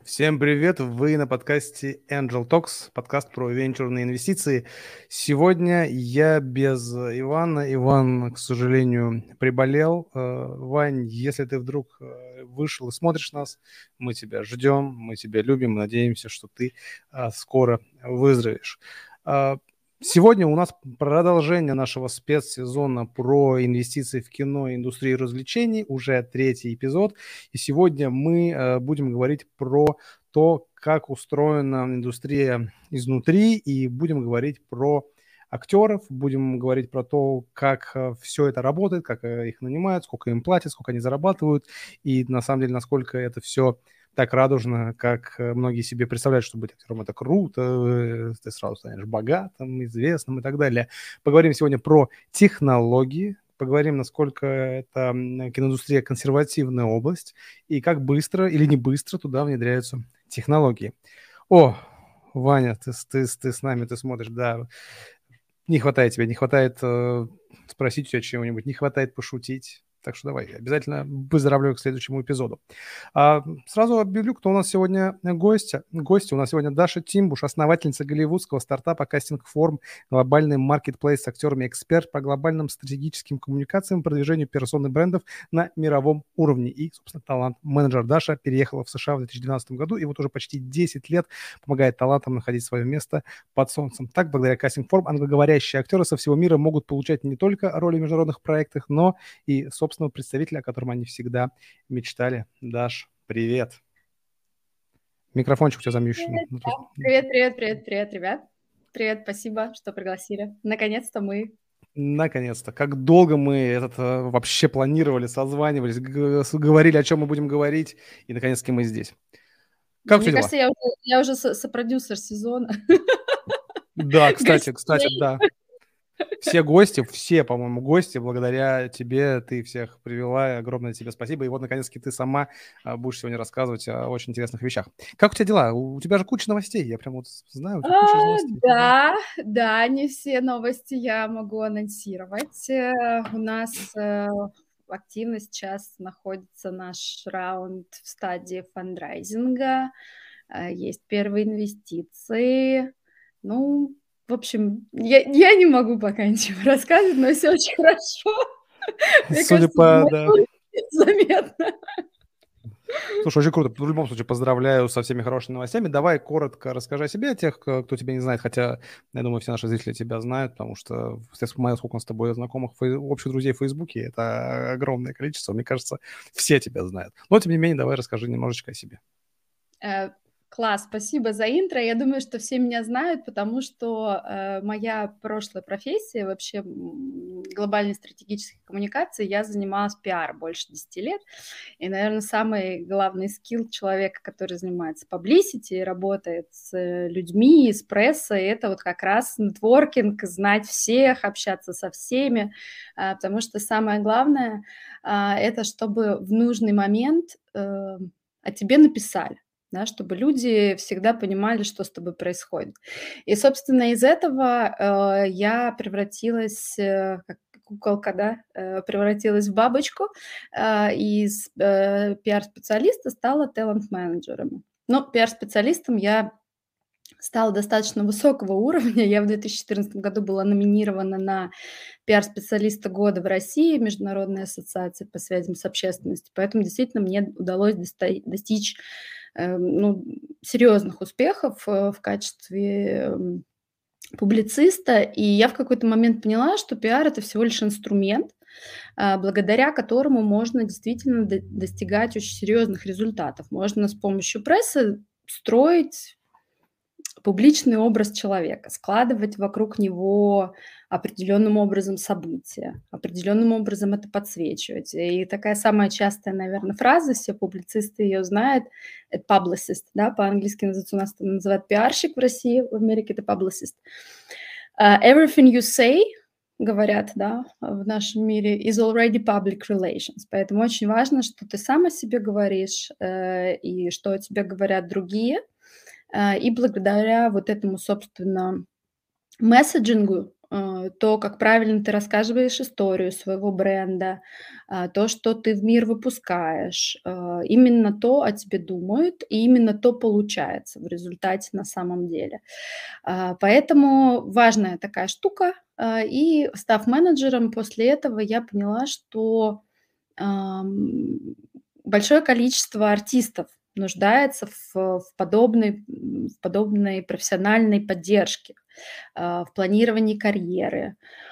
Всем привет! Вы на подкасте Angel Talks, подкаст про венчурные инвестиции. Сегодня я без Ивана. Иван, к сожалению, приболел. Вань, если ты вдруг вышел и смотришь нас, мы тебя ждем, мы тебя любим, надеемся, что ты скоро выздоровеешь. Сегодня у нас продолжение нашего спецсезона про инвестиции в кино и индустрию развлечений, уже третий эпизод. И сегодня мы будем говорить про то, как устроена индустрия изнутри, и будем говорить про актеров, будем говорить про то, как все это работает, как их нанимают, сколько им платят, сколько они зарабатывают, и на самом деле, насколько это все так радужно, как многие себе представляют, что быть актером — это круто, ты сразу станешь богатым, известным и так далее. Поговорим сегодня про технологии, поговорим, насколько эта киноиндустрия консервативная область, и как быстро или не быстро туда внедряются технологии. О, Ваня, ты с нами, ты смотришь, да. Не хватает тебе, не хватает спросить у тебя чего-нибудь, не хватает пошутить. Так что давай, обязательно выздоравливаю к следующему эпизоду. Сразу объявлю, кто у нас сегодня гость. Гости у нас сегодня Даша Тимбуш, основательница голливудского стартапа Casting Form, глобальный маркетплейс с актерами, эксперт по глобальным стратегическим коммуникациям, продвижению персональных брендов на мировом уровне и, собственно, талант-менеджер. Даша переехала в США в 2012 году и вот уже почти 10 лет помогает талантам находить свое место под солнцем. Так, благодаря Casting Form англоговорящие актеры со всего мира могут получать не только роли в международных проектах, но и собственного представителя, о котором они всегда мечтали. Даш, привет. Микрофончик у тебя замьющен. Привет, ребят. Привет, спасибо, что пригласили. Наконец-то мы... Наконец-то. Как долго мы вообще планировали, созванивались, говорили, о чем мы будем говорить, и наконец-таки мы здесь. Как мне кажется, я уже сопродюсер сезона. Да, кстати, да. Все гости, по-моему, гости, благодаря тебе, ты всех привела, и огромное тебе спасибо. И вот, наконец-таки, ты сама будешь сегодня рассказывать о очень интересных вещах. Как у тебя дела? У тебя же куча новостей, я прям вот знаю, у тебя куча новостей. Да, не все новости я могу анонсировать. У нас активно сейчас находится наш раунд в стадии фандрайзинга. Есть первые инвестиции. Ну, в общем, я не могу пока ничего рассказывать, но все очень хорошо. Мне Судя кажется, заметно. Слушай, очень круто. В любом случае, поздравляю со всеми хорошими новостями. Давай коротко расскажи о себе, тех, кто тебя не знает, хотя, я думаю, все наши зрители тебя знают, потому что, сколько у нас с тобой знакомых, общих друзей в Фейсбуке, это огромное количество. Мне кажется, все тебя знают. Но, тем не менее, давай расскажи немножечко о себе. Класс, спасибо за интро. Я думаю, что все меня знают, потому что моя прошлая профессия, вообще глобальной стратегической коммуникации, я занималась пиар больше 10 лет. И, наверное, самый главный скилл человека, который занимается publicity, работает с людьми, с прессой, это вот как раз нетворкинг, знать всех, общаться со всеми, потому что самое главное, это чтобы в нужный момент о тебе написали. Да, чтобы люди всегда понимали, что с тобой происходит. И, собственно, из этого я превратилась, как куколка, да, превратилась в бабочку, из пиар-специалиста стала талант-менеджером. Но пиар-специалистом я стала достаточно высокого уровня. Я в 2014 году была номинирована на пиар-специалиста года в России, Международной ассоциации по связям с общественностью. Поэтому действительно мне удалось достичь серьезных успехов в качестве публициста. И я в какой-то момент поняла, что пиар — это всего лишь инструмент, благодаря которому можно действительно достигать очень серьезных результатов. Можно с помощью прессы строить публичный образ человека, складывать вокруг него определенным образом события, определенным образом это подсвечивать. И такая самая частая, наверное, фраза, все публицисты ее знают, это publicist, да, по-английски у нас это называют пиарщик в России, в Америке это publicist. Everything you say, говорят, да, в нашем мире, is already public relations. Поэтому очень важно, что ты сам о себе говоришь и что о тебе говорят другие. И благодаря вот этому, собственно, месседжингу то, как правильно ты рассказываешь историю своего бренда, то, что ты в мир выпускаешь. Именно то о тебе думают, и именно то получается в результате на самом деле. Поэтому важная такая штука. И став менеджером, после этого я поняла, что ам, большое количество артистов нуждается в подобной профессиональной поддержке, в планировании карьеры,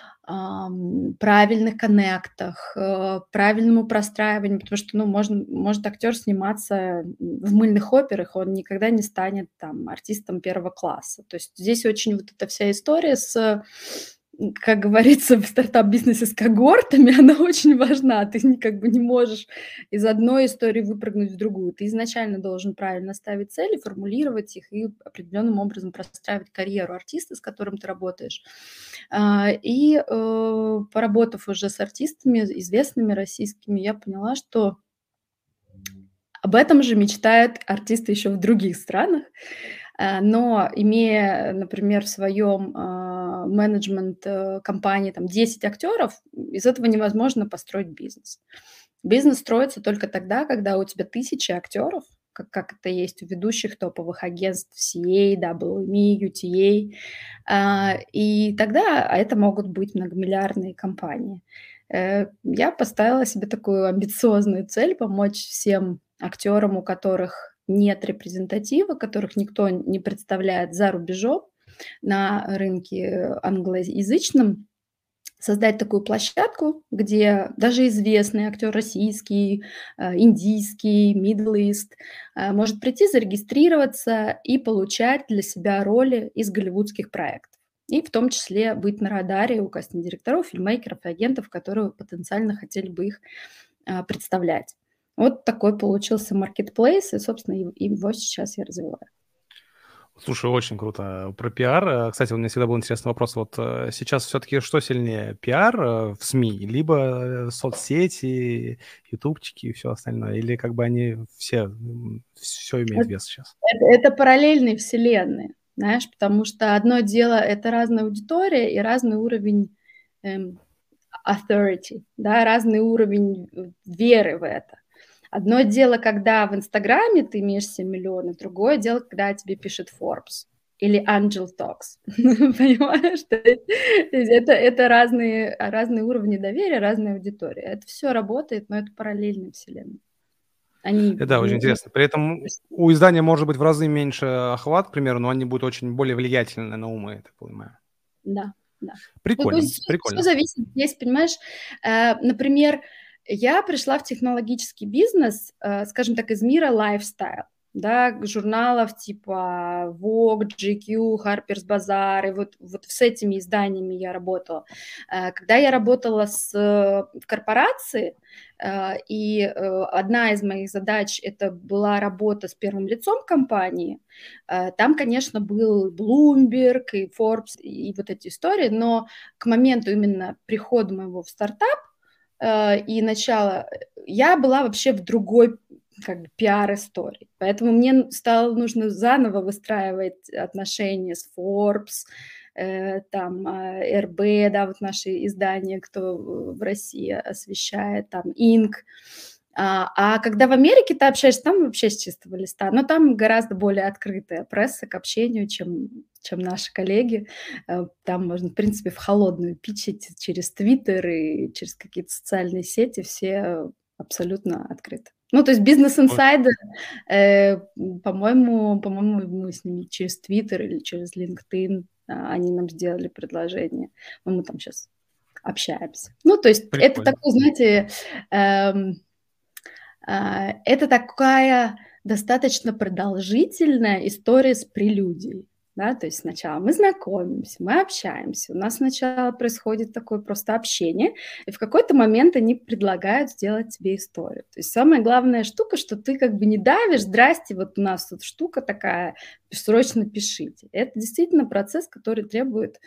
правильных коннектах, правильному простраиванию, потому что, ну, может актер сниматься в мыльных операх, он никогда не станет там артистом первого класса. То есть здесь очень вот эта вся история с, как говорится в стартап-бизнесе, с когортами, она очень важна. Ты как бы не можешь из одной истории выпрыгнуть в другую. Ты изначально должен правильно ставить цели, формулировать их и определенным образом простраивать карьеру артиста, с которым ты работаешь. И поработав уже с артистами известными российскими, я поняла, что об этом же мечтают артисты еще в других странах. Но имея, например, в своем менеджмент компании там 10 актеров, из этого невозможно построить бизнес. Бизнес строится только тогда, когда у тебя тысячи актеров, как это есть у ведущих топовых агентств CA, WME, UTA, и тогда это могут быть многомиллиардные компании. Я поставила себе такую амбициозную цель помочь всем актерам, у которых нет репрезентатива, которых никто не представляет за рубежом на рынке англоязычном, создать такую площадку, где даже известный актер российский, индийский, Middle East может прийти, зарегистрироваться и получать для себя роли из голливудских проектов. И в том числе быть на радаре у кастинг-директоров, фильммейкеров и агентов, которые потенциально хотели бы их представлять. Вот такой получился маркетплейс, и, собственно, его сейчас я развиваю. Слушай, очень круто. Про пиар. Кстати, у меня всегда был интересный вопрос. Вот сейчас все-таки что сильнее? Пиар в СМИ, либо соцсети, ютубчики и все остальное? Или как бы они все имеют вес сейчас? Это параллельные вселенные, знаешь, потому что одно дело — это разная аудитория и разный уровень authority, да, разный уровень веры в это. Одно дело, когда в Инстаграме ты имеешь 7 миллионов, другое дело, когда тебе пишет Forbes или Angel Talks. Понимаешь? Это разные уровни доверия, разная аудитория. Это все работает, но это параллельные вселенные. Да, очень интересно. При этом у издания может быть в разы меньше охват, к примеру, но они будут очень более влиятельны на умы, я так понимаю. Да, да. Прикольно, Все зависит. Есть, понимаешь, например, я пришла в технологический бизнес, скажем так, из мира lifestyle, да, журналов типа Vogue, GQ, Harper's Bazaar, и вот с этими изданиями я работала. Когда я работала в корпорации, и одна из моих задач — это была работа с первым лицом компании, там, конечно, был Bloomberg и Forbes и вот эти истории, но к моменту именно прихода моего в стартап и начала я была вообще в другой как бы пиар-истории. Поэтому мне стало нужно заново выстраивать отношения с Forbes, там РБ, да, вот наши издания, кто в России освещает, там Inc. А когда в Америке ты общаешься, там вообще с чистого листа, но там гораздо более открытая пресса к общению, чем наши коллеги. Там можно, в принципе, в холодную питчить через Твиттер и через какие-то социальные сети, все абсолютно открыты. Ну, то есть бизнес-инсайды, по-моему, мы с ними через Твиттер или через LinkedIn, они нам сделали предложение. Мы там сейчас общаемся. Ну, то есть это такой, знаете, это такая достаточно продолжительная история с прелюдией. Да, то есть сначала мы знакомимся, мы общаемся, у нас сначала происходит такое просто общение, и в какой-то момент они предлагают сделать тебе историю. То есть самая главная штука, что ты как бы не давишь: здрасте, вот у нас тут штука такая, срочно пишите. Это действительно процесс, который требует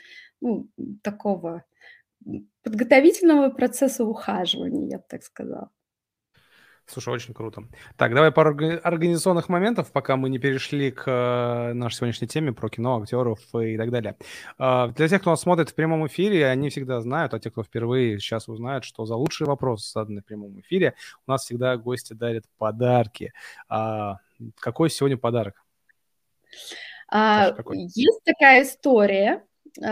такого подготовительного процесса ухаживания, я бы так сказала. Слушай, очень круто. Так, давай пару организационных моментов, пока мы не перешли к нашей сегодняшней теме про кино, актеров и так далее. Для тех, кто нас смотрит в прямом эфире, они всегда знают, а те, кто впервые сейчас узнают, что за лучший вопрос, заданный в прямом эфире, у нас всегда гости дарят подарки. Какой сегодня подарок? Саша, какой? Есть такая история.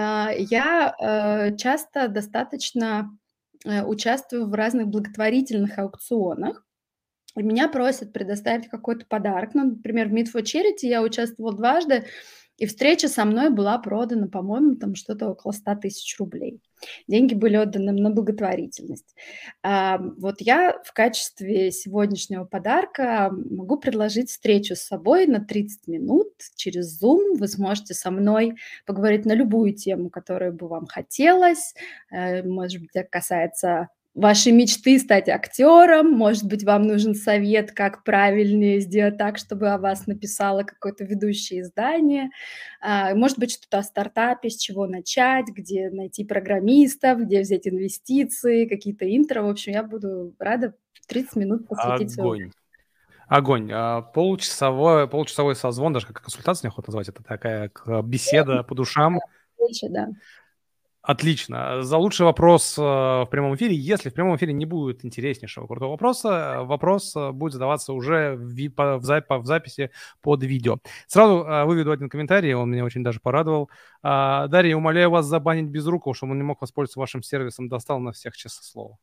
Я часто достаточно участвую в разных благотворительных аукционах, и меня просят предоставить какой-то подарок. Ну, например, в Meet for Charity я участвовала дважды, и встреча со мной была продана, по-моему, там что-то около 100 тысяч рублей. Деньги были отданы на благотворительность. Вот я в качестве сегодняшнего подарка могу предложить встречу с собой на 30 минут через Zoom. Вы сможете со мной поговорить на любую тему, которую бы вам хотелось. Может быть, это касается вашей мечты стать актером, может быть, вам нужен совет, как правильнее сделать так, чтобы о вас написало какое-то ведущее издание, может быть, что-то о стартапе, с чего начать, где найти программистов, где взять инвестиции, какие-то интро. В общем, я буду рада 30 минут посвятить своему. Огонь. Получасовой созвон, даже как консультация не охота назвать, это такая беседа по душам. Да. Отлично. За лучший вопрос в прямом эфире. Если в прямом эфире не будет интереснейшего крутого вопроса, вопрос будет задаваться уже в записи под видео. Сразу выведу один комментарий, он меня очень даже порадовал. Дарья, умоляю вас забанить Безрукова, чтобы он не мог воспользоваться вашим сервисом. Достал на всех, честное слово.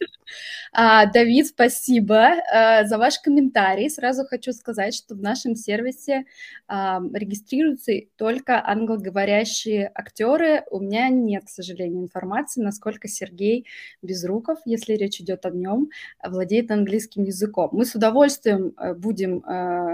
Давид, спасибо за ваш комментарий. Сразу хочу сказать, что в нашем сервисе регистрируются только англоговорящие актеры. У меня нет, к сожалению, информации, насколько Сергей Безруков, если речь идет о нем, владеет английским языком. Мы с удовольствием будем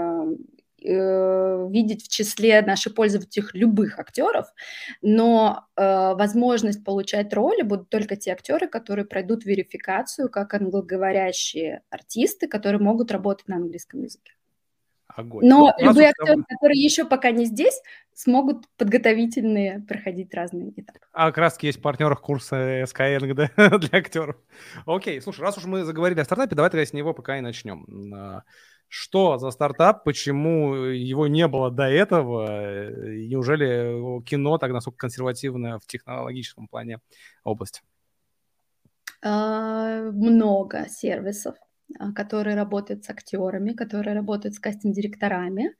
видеть в числе наших пользователей любых актеров, но возможность получать роли будут только те актеры, которые пройдут верификацию как англоговорящие артисты, которые могут работать на английском языке. Огонь. Но любые актеры, которые еще пока не здесь, смогут подготовительные проходить разные этапы. Как раз есть в партнерах курса Skyeng, да, для актеров. Окей, слушай, раз уж мы заговорили о стартапе, давай тогда с него пока и начнем. Что за стартап, почему его не было до этого? Неужели кино так настолько консервативное в технологическом плане области? Много сервисов, которые работают с актерами, которые работают с кастинг-директорами.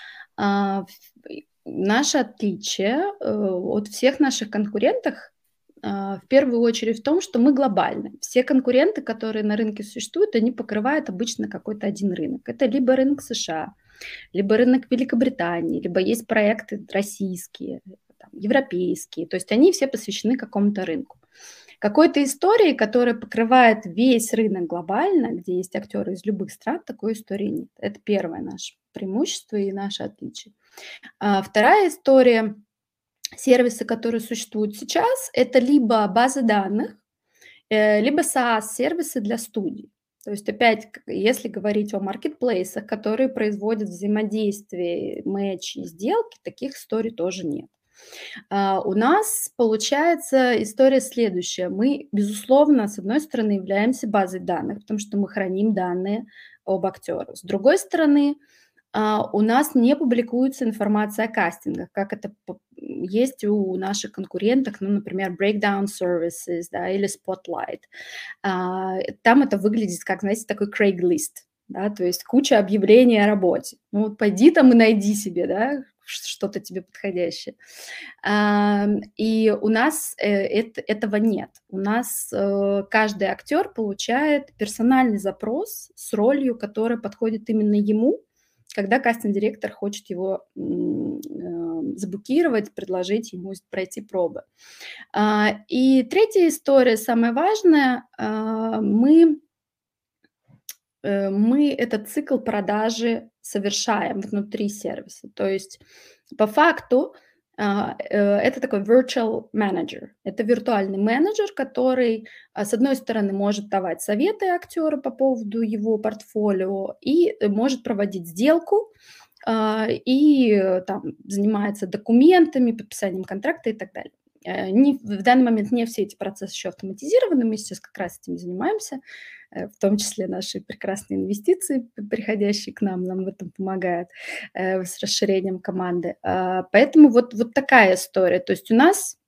Наше отличие от всех наших конкурентов в первую очередь в том, что мы глобальны. Все конкуренты, которые на рынке существуют, они покрывают обычно какой-то один рынок. Это либо рынок США, либо рынок Великобритании, либо есть проекты российские, там, европейские. То есть они все посвящены какому-то рынку. Какой-то истории, которая покрывает весь рынок глобально, где есть актеры из любых стран, такой истории нет. Это первое наше преимущество и наше отличие. Вторая история. Сервисы, которые существуют сейчас, это либо базы данных, либо SaaS-сервисы для студий. То есть опять, если говорить о маркетплейсах, которые производят взаимодействие, матчи и сделки, таких историй тоже нет. У нас получается история следующая. Мы, безусловно, с одной стороны, являемся базой данных, потому что мы храним данные об актерах. С другой стороны, у нас не публикуется информация о кастингах, как это есть у наших конкурентов, ну, например, Breakdown Services, да, или Spotlight. Там это выглядит как, знаете, такой Craigslist, да, то есть куча объявлений о работе. Ну, вот пойди там и найди себе, да, что-то тебе подходящее. И у нас этого нет. У нас каждый актер получает персональный запрос с ролью, которая подходит именно ему, когда кастинг-директор хочет его заблокировать, предложить ему пройти пробы. И третья история, самая важная, мы этот цикл продажи совершаем внутри сервиса. То есть по факту это такой virtual manager. Это виртуальный менеджер, который, с одной стороны, может давать советы актеру по поводу его портфолио и может проводить сделку, и там занимается документами, подписанием контракта и так далее. В данный момент не все эти процессы еще автоматизированы, мы сейчас как раз этим занимаемся, в том числе наши прекрасные инвестиции, приходящие к нам в этом помогают с расширением команды. Поэтому вот такая история. То есть у нас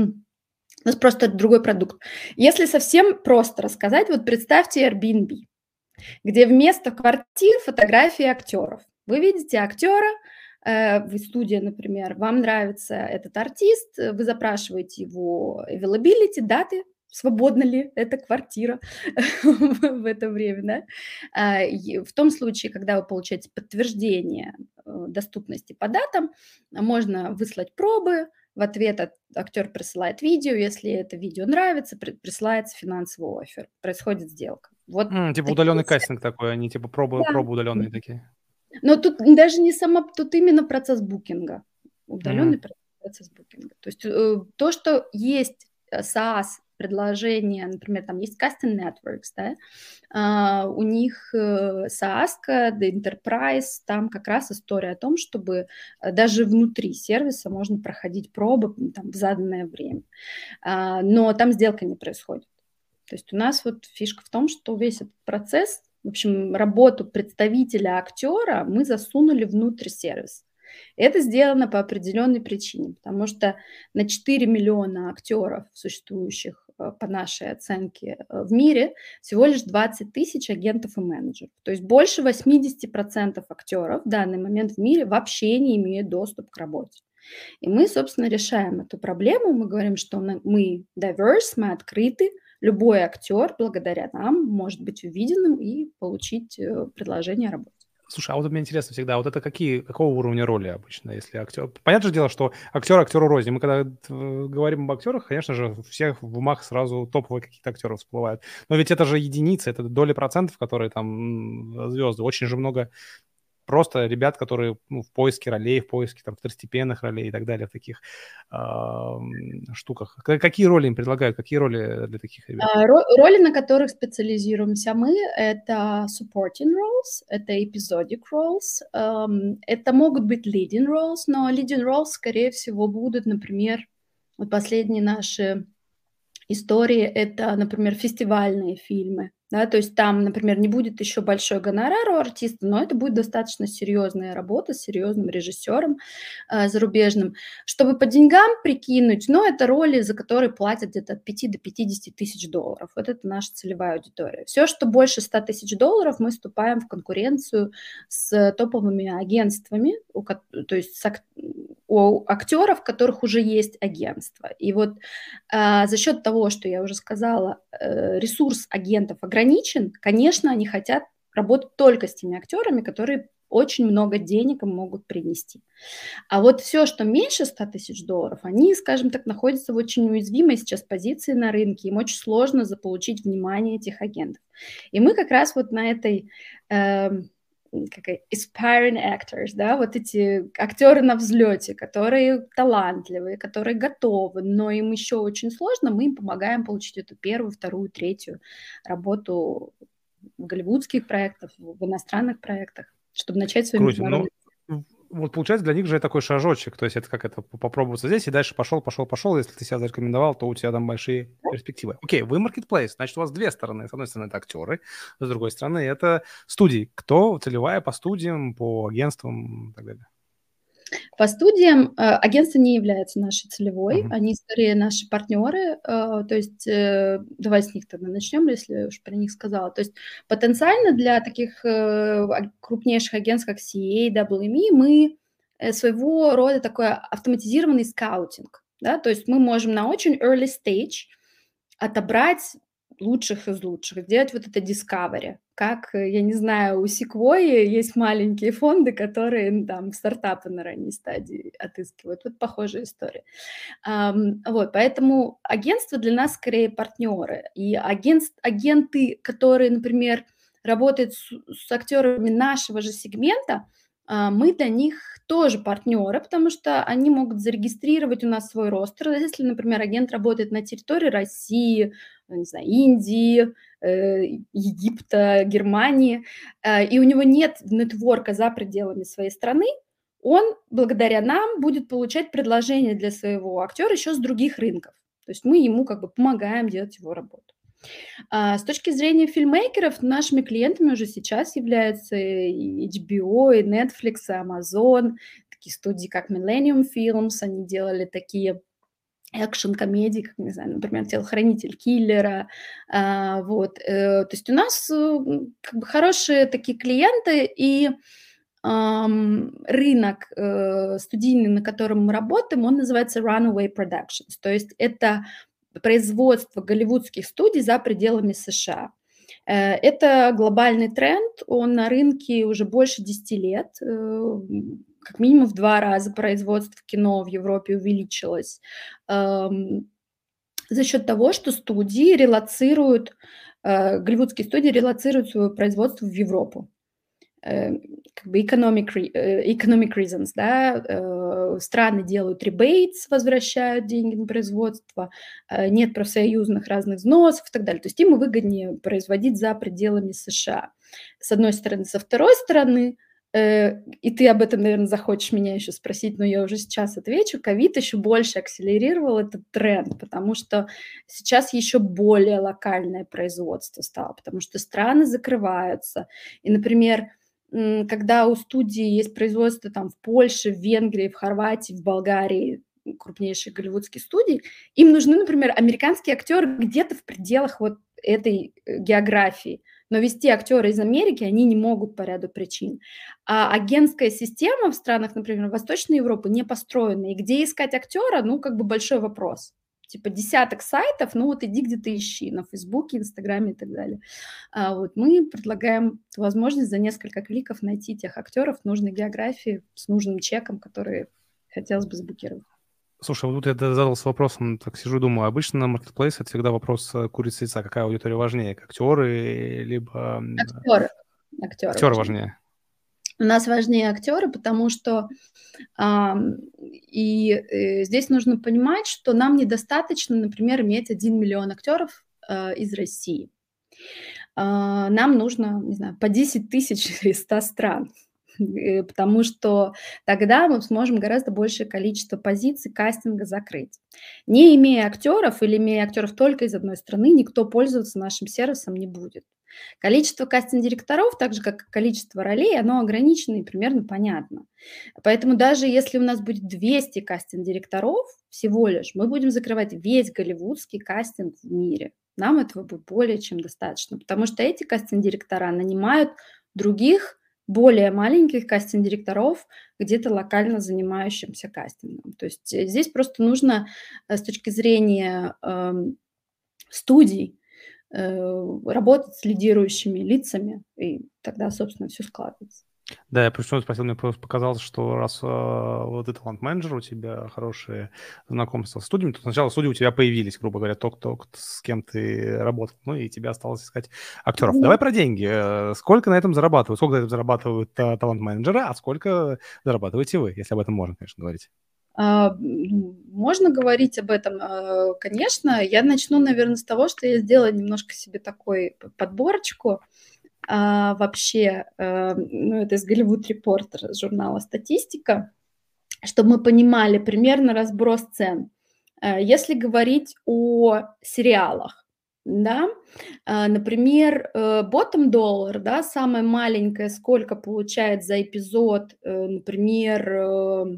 просто другой продукт. Если совсем просто рассказать, вот представьте Airbnb, где вместо квартир фотографии актеров. Вы видите актера, в студии, например, вам нравится этот артист, вы запрашиваете его availability, даты, свободна ли эта квартира в это время, да? В том случае, когда вы получаете подтверждение доступности по датам, можно выслать пробы, в ответ актер присылает видео, если это видео нравится, присылается финансовый оффер, происходит сделка. Вот Типа удаленный кастинг такой, они типа пробы удаленные такие. Но тут даже не тут именно процесс букинга, удаленный процесс букинга. То есть то, что есть SaaS-предложение, например, там есть Casting Networks, да, у них SaaS, The Enterprise, там как раз история о том, чтобы даже внутри сервиса можно проходить пробы там, в заданное время, но там сделка не происходит. То есть у нас вот фишка в том, что весь этот процесс, в общем, работу представителя актера мы засунули внутрь сервиса. Это сделано по определенной причине, потому что на 4 миллиона актеров, существующих по нашей оценке в мире, всего лишь 20 тысяч агентов и менеджеров. То есть больше 80% актеров в данный момент в мире вообще не имеют доступ к работе. И мы, собственно, решаем эту проблему. Мы говорим, что мы diverse, мы открыты. Любой актер благодаря нам может быть увиденным и получить предложение о работе. Слушай, а вот мне интересно всегда, вот это какого уровня роли обычно, если актер... Понятное же дело, что актер актеру рознь. Мы когда говорим об актерах, конечно же, у всех в умах сразу топовые какие-то актеры всплывают. Но ведь это же единицы, это доли процентов, которые там звезды. Очень же много просто ребят, которые в поиске ролей, в поиске там второстепенных ролей и так далее, в таких штуках. Какие роли им предлагают, какие роли для таких ребят? Роли, на которых специализируемся мы, это supporting roles, это episodic roles, это могут быть leading roles, но leading roles, скорее всего, будут, например, вот последние наши истории, это, например, фестивальные фильмы. Да, то есть там, например, не будет еще большой гонорар у артиста, но это будет достаточно серьезная работа с серьезным режиссером зарубежным. Чтобы по деньгам прикинуть, но это роли, за которые платят где-то от 5 до 50 тысяч долларов. Вот это наша целевая аудитория. Все, что больше 100 тысяч долларов, мы вступаем в конкуренцию с топовыми агентствами, то есть у актеров, у которых уже есть агентство. И вот за счет того, что я уже сказала, ресурс агентов ограничен, конечно, они хотят работать только с теми актерами, которые очень много денег им могут принести. А вот все, что меньше 100 тысяч долларов, они, скажем так, находятся в очень уязвимой сейчас позиции на рынке, им очень сложно заполучить внимание этих агентов. И мы как раз вот на этой aspiring actors, да, вот эти актеры на взлете, которые талантливые, которые готовы, но им еще очень сложно, мы им помогаем получить эту первую, вторую, третью работу в голливудских проектах, в иностранных проектах, чтобы начать свой международный... Вот получается, для них же такой шажочек, то есть это как это попробоваться здесь и дальше пошел, если ты себя зарекомендовал, то у тебя там большие перспективы. Окей, вы marketplace, значит, у вас две стороны. С одной стороны, это актеры, с другой стороны, это студии. Кто целевая по студиям, по агентствам и так далее? По студиям агентство не является нашей целевой, они скорее наши партнеры, то есть давай с них тогда начнем, если я уж про них сказала. То есть потенциально для таких крупнейших агентств, как CA, WME, мы своего рода такой автоматизированный скаутинг, да, то есть мы можем на очень early stage отобрать лучших из лучших, сделать вот это discovery. Как, я не знаю, у Sequoia есть маленькие фонды, которые там стартапы на ранней стадии отыскивают. Вот похожая история. Вот, поэтому агентство для нас скорее партнеры. И агенты, которые, например, работают с актерами нашего же сегмента, мы для них тоже партнеры, потому что они могут зарегистрировать у нас свой ростер. Если, например, агент работает на территории России, не знаю, Индии, Египта, Германии, и у него нет нетворка за пределами своей страны, он благодаря нам будет получать предложения для своего актера еще с других рынков. То есть мы ему как бы помогаем делать его работу. С точки зрения фильммейкеров, нашими клиентами уже сейчас являются и HBO, и Netflix, и Amazon, такие студии, как Millennium Films, они делали такие экшн-комедии, как, не знаю, например, «Телохранитель киллера». То есть у нас как бы хорошие такие клиенты, и рынок студийный, на котором мы работаем, он называется Runaway Productions, то есть это производство голливудских студий за пределами США. Это глобальный тренд, он на рынке уже больше 10 лет, как минимум в 2 раза производство кино в Европе увеличилось за счет того, что студии релоцируют, голливудские студии релоцируют свое производство в Европу. Как бы economic reasons, да, страны делают rebates, возвращают деньги на производство, нет профсоюзных разных взносов и так далее. То есть им выгоднее производить за пределами США. С одной стороны. Со второй стороны, и ты об этом, наверное, захочешь меня еще спросить, но я уже сейчас отвечу, ковид еще больше акселерировал этот тренд, потому что сейчас еще более локальное производство стало, потому что страны закрываются. И, например, когда у студии есть производство там в Польше, в Венгрии, в Хорватии, в Болгарии, крупнейшие голливудские студии, им нужны, например, американские актеры где-то в пределах вот этой географии. Но вести актера из Америки они не могут по ряду причин. А агентская система в странах, например, Восточной Европы не построена. И где искать актера, ну, как бы большой вопрос. Типа десяток сайтов, ну вот иди где-то ищи, на Фейсбуке, Инстаграме и так далее. Мы предлагаем возможность за несколько кликов найти тех актеров в нужной географии с нужным чеком, который хотелось бы заблокировать. Слушай, вот тут я задался вопросом, так сижу и думаю, обычно на маркетплейсе это всегда вопрос курицы и яйца, какая аудитория важнее, актеры, либо... Актеры. Актеры важнее. У нас важнее актеры, потому что здесь нужно понимать, что нам недостаточно, например, иметь 1 миллион актеров из России. Нам нужно, не знаю, по 10 тысяч из 100 стран, потому что тогда мы сможем гораздо большее количество позиций кастинга закрыть. Не имея актеров или имея актеров только из одной страны, никто пользоваться нашим сервисом не будет. Количество кастинг-директоров, так же как и количество ролей, оно ограничено и примерно понятно. Поэтому даже если у нас будет 200 кастинг-директоров всего лишь, мы будем закрывать весь голливудский кастинг в мире. Нам этого будет более чем достаточно, потому что эти кастинг-директора нанимают других, более маленьких кастинг-директоров, где-то локально занимающимся кастингом. То есть здесь просто нужно с точки зрения студий работать с лидирующими лицами, и тогда, собственно, все складывается. Да, я почему спросил, мне просто показалось, что раз вот ты талант-менеджер, у тебя хорошие знакомства с студиями, то сначала студии у тебя появились, грубо говоря, кто с кем ты работал, ну и тебе осталось искать актеров. Давай про деньги. Сколько на этом зарабатывают? Сколько на этом зарабатывают талант-менеджеры, а сколько зарабатываете вы, если об этом можно, конечно, говорить? Можно говорить об этом, конечно. Я начну, наверное, с того, что я сделала немножко себе такой подборочку. Вообще, это из Hollywood Reporter, журнала «Статистика», чтобы мы понимали примерно разброс цен. Если говорить о сериалах, да, например, Bottom Dollar, да, самое маленькое, сколько получает за эпизод, например,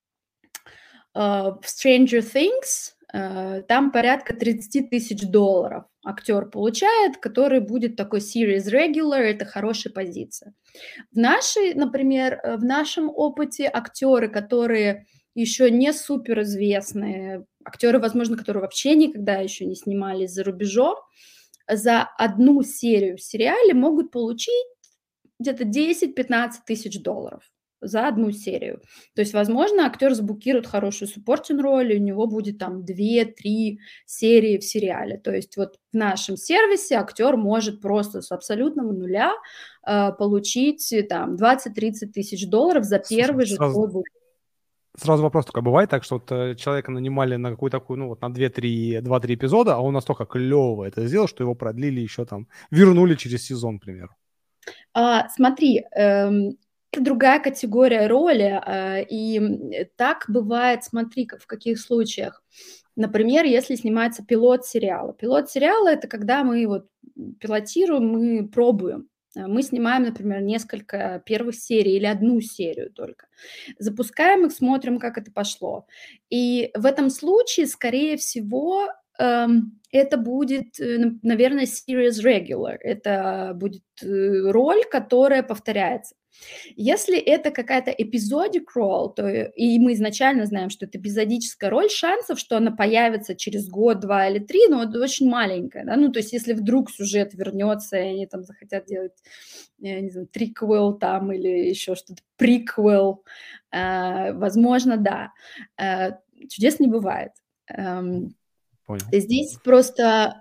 в Stranger Things, там порядка $30,000 актер получает, который будет такой series regular, это хорошая позиция. В нашем опыте актеры, которые еще не суперизвестные, актеры, возможно, которые вообще никогда еще не снимались за рубежом, за одну серию в сериале могут получить где-то 10-15 тысяч долларов за одну серию. То есть, возможно, актер заблокирует хорошую суппортинг-роль, и у него будет там 2-3 серии в сериале. То есть вот в нашем сервисе актер может просто с абсолютного нуля получить там 20-30 тысяч долларов за первый же свой выпуск. Сразу вопрос такой, бывает так, что вот человека нанимали на какую-то такую, ну вот на 2-3 эпизода, а он настолько клево это сделал, что его продлили еще там, вернули через сезон, к примеру. Смотри, это другая категория роли, и так бывает, смотри, в каких случаях. Например, если снимается пилот сериала. Пилот сериала – это когда мы вот пилотируем, мы пробуем. Мы снимаем, например, несколько первых серий или одну серию только. Запускаем их, смотрим, как это пошло. И в этом случае, скорее всего, это будет, наверное, series regular. Это будет роль, которая повторяется. Если это какая-то episodic role, то и мы изначально знаем, что это эпизодическая роль, шансов, что она появится через год, 2 или 3, но это очень маленькая, да, ну, то есть если вдруг сюжет вернется, и они там захотят делать, я не знаю, триквел там или еще что-то, приквел, возможно, да. Чудес не бывает. Понял. Здесь просто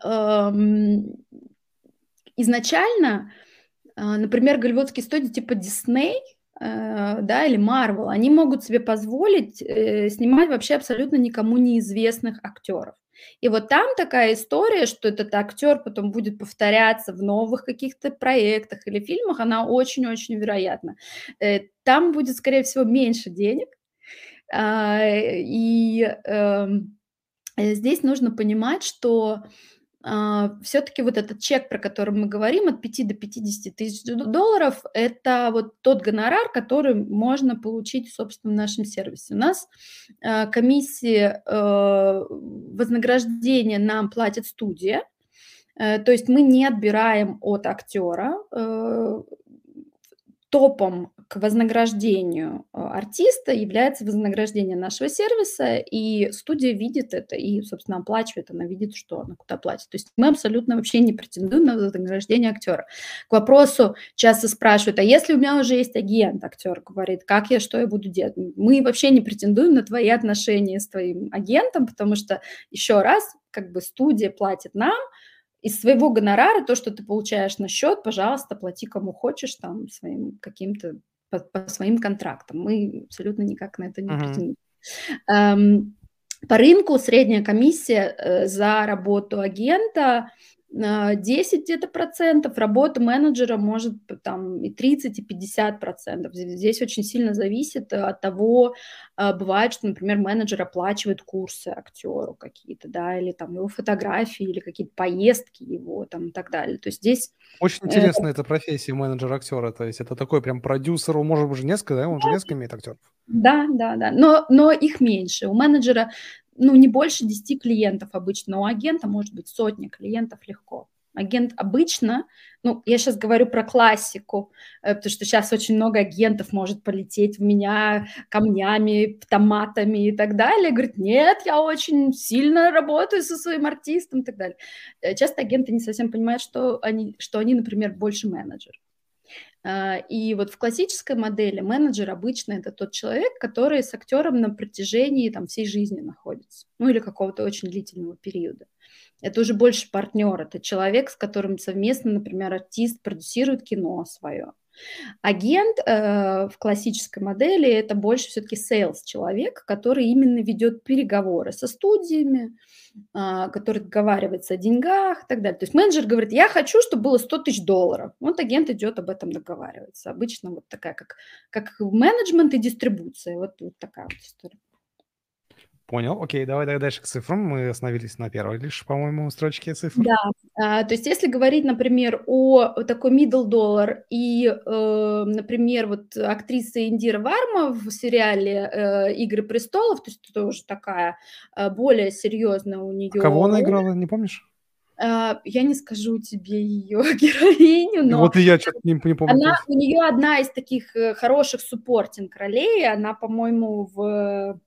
изначально, например, голливудские студии типа Disney, да, или Marvel, они могут себе позволить снимать вообще абсолютно никому неизвестных актеров. И вот там такая история, что этот актер потом будет повторяться в новых каких-то проектах или фильмах, она очень-очень вероятна. Там будет, скорее всего, меньше денег, и здесь нужно понимать, что все-таки вот этот чек, про который мы говорим, от 5 до 50 тысяч долларов, это вот тот гонорар, который можно получить, собственно, в нашем сервисе. У нас комиссии вознаграждения нам платит студия, то есть мы не отбираем от актера. Топом к вознаграждению артиста является вознаграждение нашего сервиса, и студия видит это и, собственно, оплачивает, она видит, что она куда платит. То есть мы абсолютно вообще не претендуем на вознаграждение актера. К вопросу часто спрашивают, а если у меня уже есть агент, актер говорит, как я, что я буду делать? Мы вообще не претендуем на твои отношения с твоим агентом, потому что, еще раз, как бы студия платит нам, из своего гонорара то, что ты получаешь на счет, пожалуйста, плати кому хочешь, там, своим каким-то, по своим контрактам. Мы абсолютно никак на это не претендуем. По рынку средняя комиссия за работу агента 10 где-то процентов, работа менеджера может там и 30, и 50%. Здесь очень сильно зависит от того, бывает, что, например, менеджер оплачивает курсы актеру какие-то, да, или там его фотографии, или какие-то поездки его там и так далее. То есть здесь... Очень интересная эта профессия менеджер-актера, то есть это такой прям продюсер, может быть, же несколько, да, он же несколько имеет актеров. Да, но их меньше. У менеджера, не больше 10 клиентов обычно, у агента может быть сотня клиентов легко. Агент обычно, я сейчас говорю про классику, потому что сейчас очень много агентов может полететь в меня камнями, томатами и так далее. Говорит, нет, я очень сильно работаю со своим артистом и так далее. Часто агенты не совсем понимают, что они, например, больше менеджер. И вот в классической модели менеджер обычно это тот человек, который с актером на протяжении всей жизни находится, или какого-то очень длительного периода. Это уже больше партнер, это человек, с которым совместно, например, артист продюсирует кино свое. Агент в классической модели это больше все-таки сейлс человек, который именно ведет переговоры со студиями, который договаривается о деньгах и так далее. То есть менеджер говорит, я хочу, чтобы было 100 тысяч долларов. Вот агент идет об этом договаривается. Обычно вот такая, как менеджмент и дистрибуция. Вот такая вот история. Понял. Окей, давай дальше к цифрам. Мы остановились на первой лишь, по-моему, строчке цифр. Да, то есть если говорить, например, о такой middle dollar и, например, вот актриса Индира Варма в сериале «Игры престолов», то есть это уже такая более серьезная у нее Кого она роль. играла, не помнишь? Я не скажу тебе ее героиню, но вот и я что-то не помню. У нее одна из таких хороших суппортинг ролей, она, по-моему, в...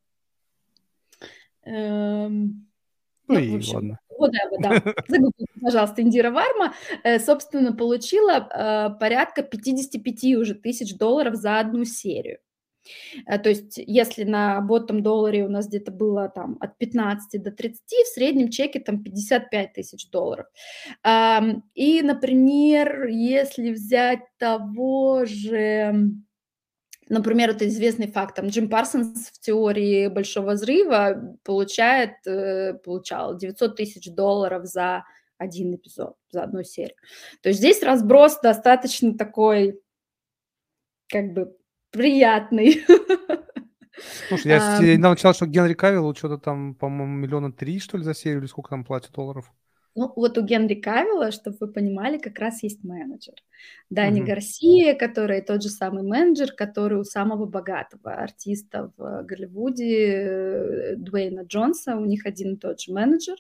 в общем, ладно. Да. Загуглите, пожалуйста, Индира Варма, собственно, получила порядка 55 уже тысяч долларов за одну серию. То есть если на ботtom долларе у нас где-то было там от 15 до 30, в среднем чеке там 55 тысяч долларов. И, например, если взять того же... Например, это известный факт, Джим Парсонс в теории Большого взрыва получал 900 тысяч долларов за один эпизод, за одну серию. То есть здесь разброс достаточно такой, как бы, приятный. Слушай, я недавно читал, что Генри Кавиллу что-то там, по-моему, 3 миллиона, что ли, за серию, или сколько там платят долларов? Ну, вот у Генри Кавилла, чтобы вы понимали, как раз есть менеджер. Дани Мгм. Гарсия, который тот же самый менеджер, который у самого богатого артиста в Голливуде, Дуэйна Джонса, у них один и тот же менеджер.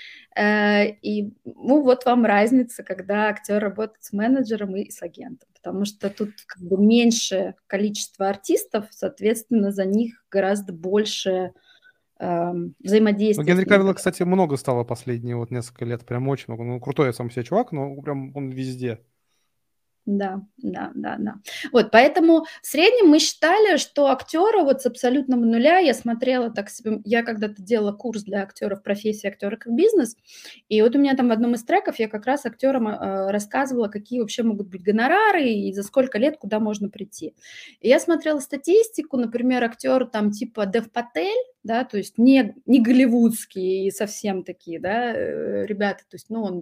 И, ну, вот вам разница, когда актер работает с менеджером и с агентом, потому что тут как бы меньше количество артистов, соответственно, за них гораздо больше Ну, взаимодействия Генри с ними. Кавилла, кстати, много стало последние вот несколько лет, прям очень много. Ну, крутой сам себе чувак, но прям он везде. Да, да, да, да. Вот, поэтому в среднем мы считали, что актера вот с абсолютного нуля, я смотрела так себе, я когда-то делала курс для актеров профессии актера как бизнес, и вот у меня там в одном из треков я как раз актерам рассказывала, какие вообще могут быть гонорары и за сколько лет куда можно прийти. И я смотрела статистику, например, актер там типа Дев Патель, да, то есть не голливудские и совсем такие, да, ребята, то есть, ну, он